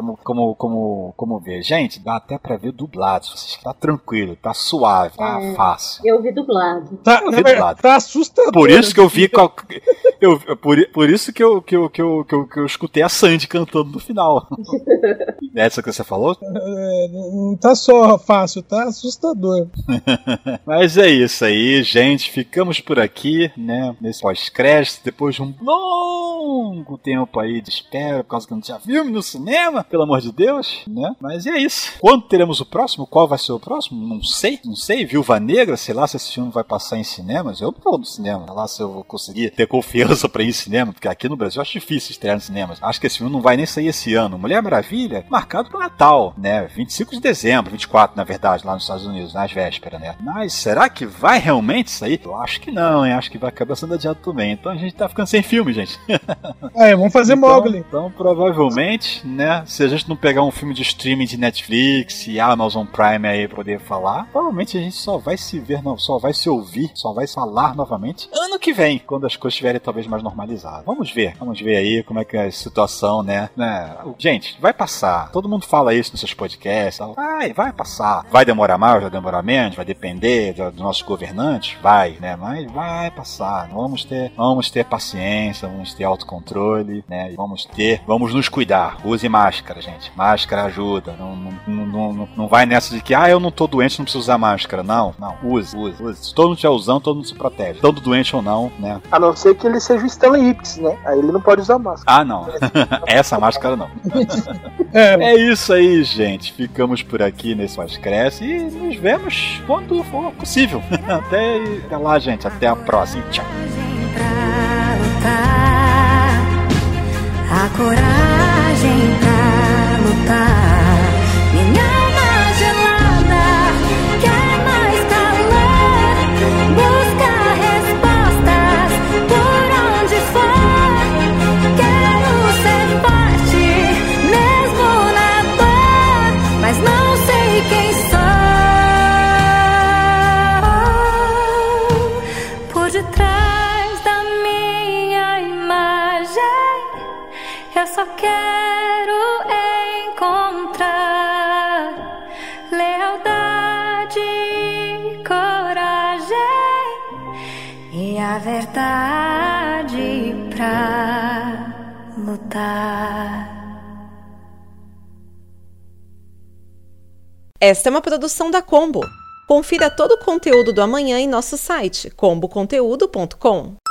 como ver. Gente, dá até pra ver dublado. Vocês tá tranquilo, tá suave, tá fácil. Eu vi dublado. Tá assustador. Por isso que eu vi por isso que eu escutei a Sandy cantando no final. É essa que você falou? Não tá só fácil, tá assustador. Mas é isso aí, gente. Ficamos por aqui, né? Nesse pós-crédito, depois de um longo tempo aí de espera, por causa que não tinha filme no cinema, pelo amor de Deus, né? Mas é isso. Quando teremos o próximo? Qual vai ser o próximo? Não sei. Viúva Negra, sei lá se esse filme vai passar em cinemas. Eu não vou no cinema, sei lá se eu vou conseguir ter confiança pra ir em cinema, porque aqui no Brasil eu acho difícil estrear no cinema. Acho que esse filme não vai nem sair esse ano. Mulher Maravilha, marcado pro Natal, né? 25 de dezembro, 24 na verdade, lá nos Estados Unidos, nas vésperas, né? Mas será que vai realmente sair? Eu acho que não, hein? Acho que vai acabar sendo adiado também. Então a gente tá ficando sem filme, gente. Vamos fazer Mowgli. Então provavelmente, né? Se a gente não pegar um filme de streaming de Netflix e Amazon Prime aí pra poder falar, provavelmente a gente só vai se ver, não, só vai se ouvir, só vai falar novamente ano que vem, quando as coisas estiverem talvez mais normalizadas. Vamos ver aí como é que é a situação, né? Gente, vai passar. Todo mundo fala isso nos seus podcasts. Vai passar. Vai demorar mais, vai demorar menos, vai depender dos nossos governantes, vai, né? Mas vai passar. Vamos ter paciência, vamos ter autocontrole, né? E vamos nos cuidar. Use máscara, gente. Máscara ajuda. Não vai nessa de que, eu não tô doente, não preciso usar máscara. Não. Use. Se todo mundo estiver usando, todo mundo se protege. Tanto doente ou não, né? A não ser que ele seja o Stanley Ipkiss, né? Aí ele não pode usar máscara. Não. Essa máscara não. É isso aí, gente. Ficamos por aqui nesse Mais Cresce e nos vemos quando for possível. Até lá, gente. Até a próxima. Tchau. A coragem pra lutar. Minha alma gelada quer mais calor. Busca respostas por onde for. Quero ser forte mesmo na dor, mas não sei quem sou. Por detrás da minha imagem eu só quero encontrar lealdade, coragem e a verdade pra lutar. Esta é uma produção da Combo. Confira todo o conteúdo do Amanhã em nosso site comboconteúdo.com.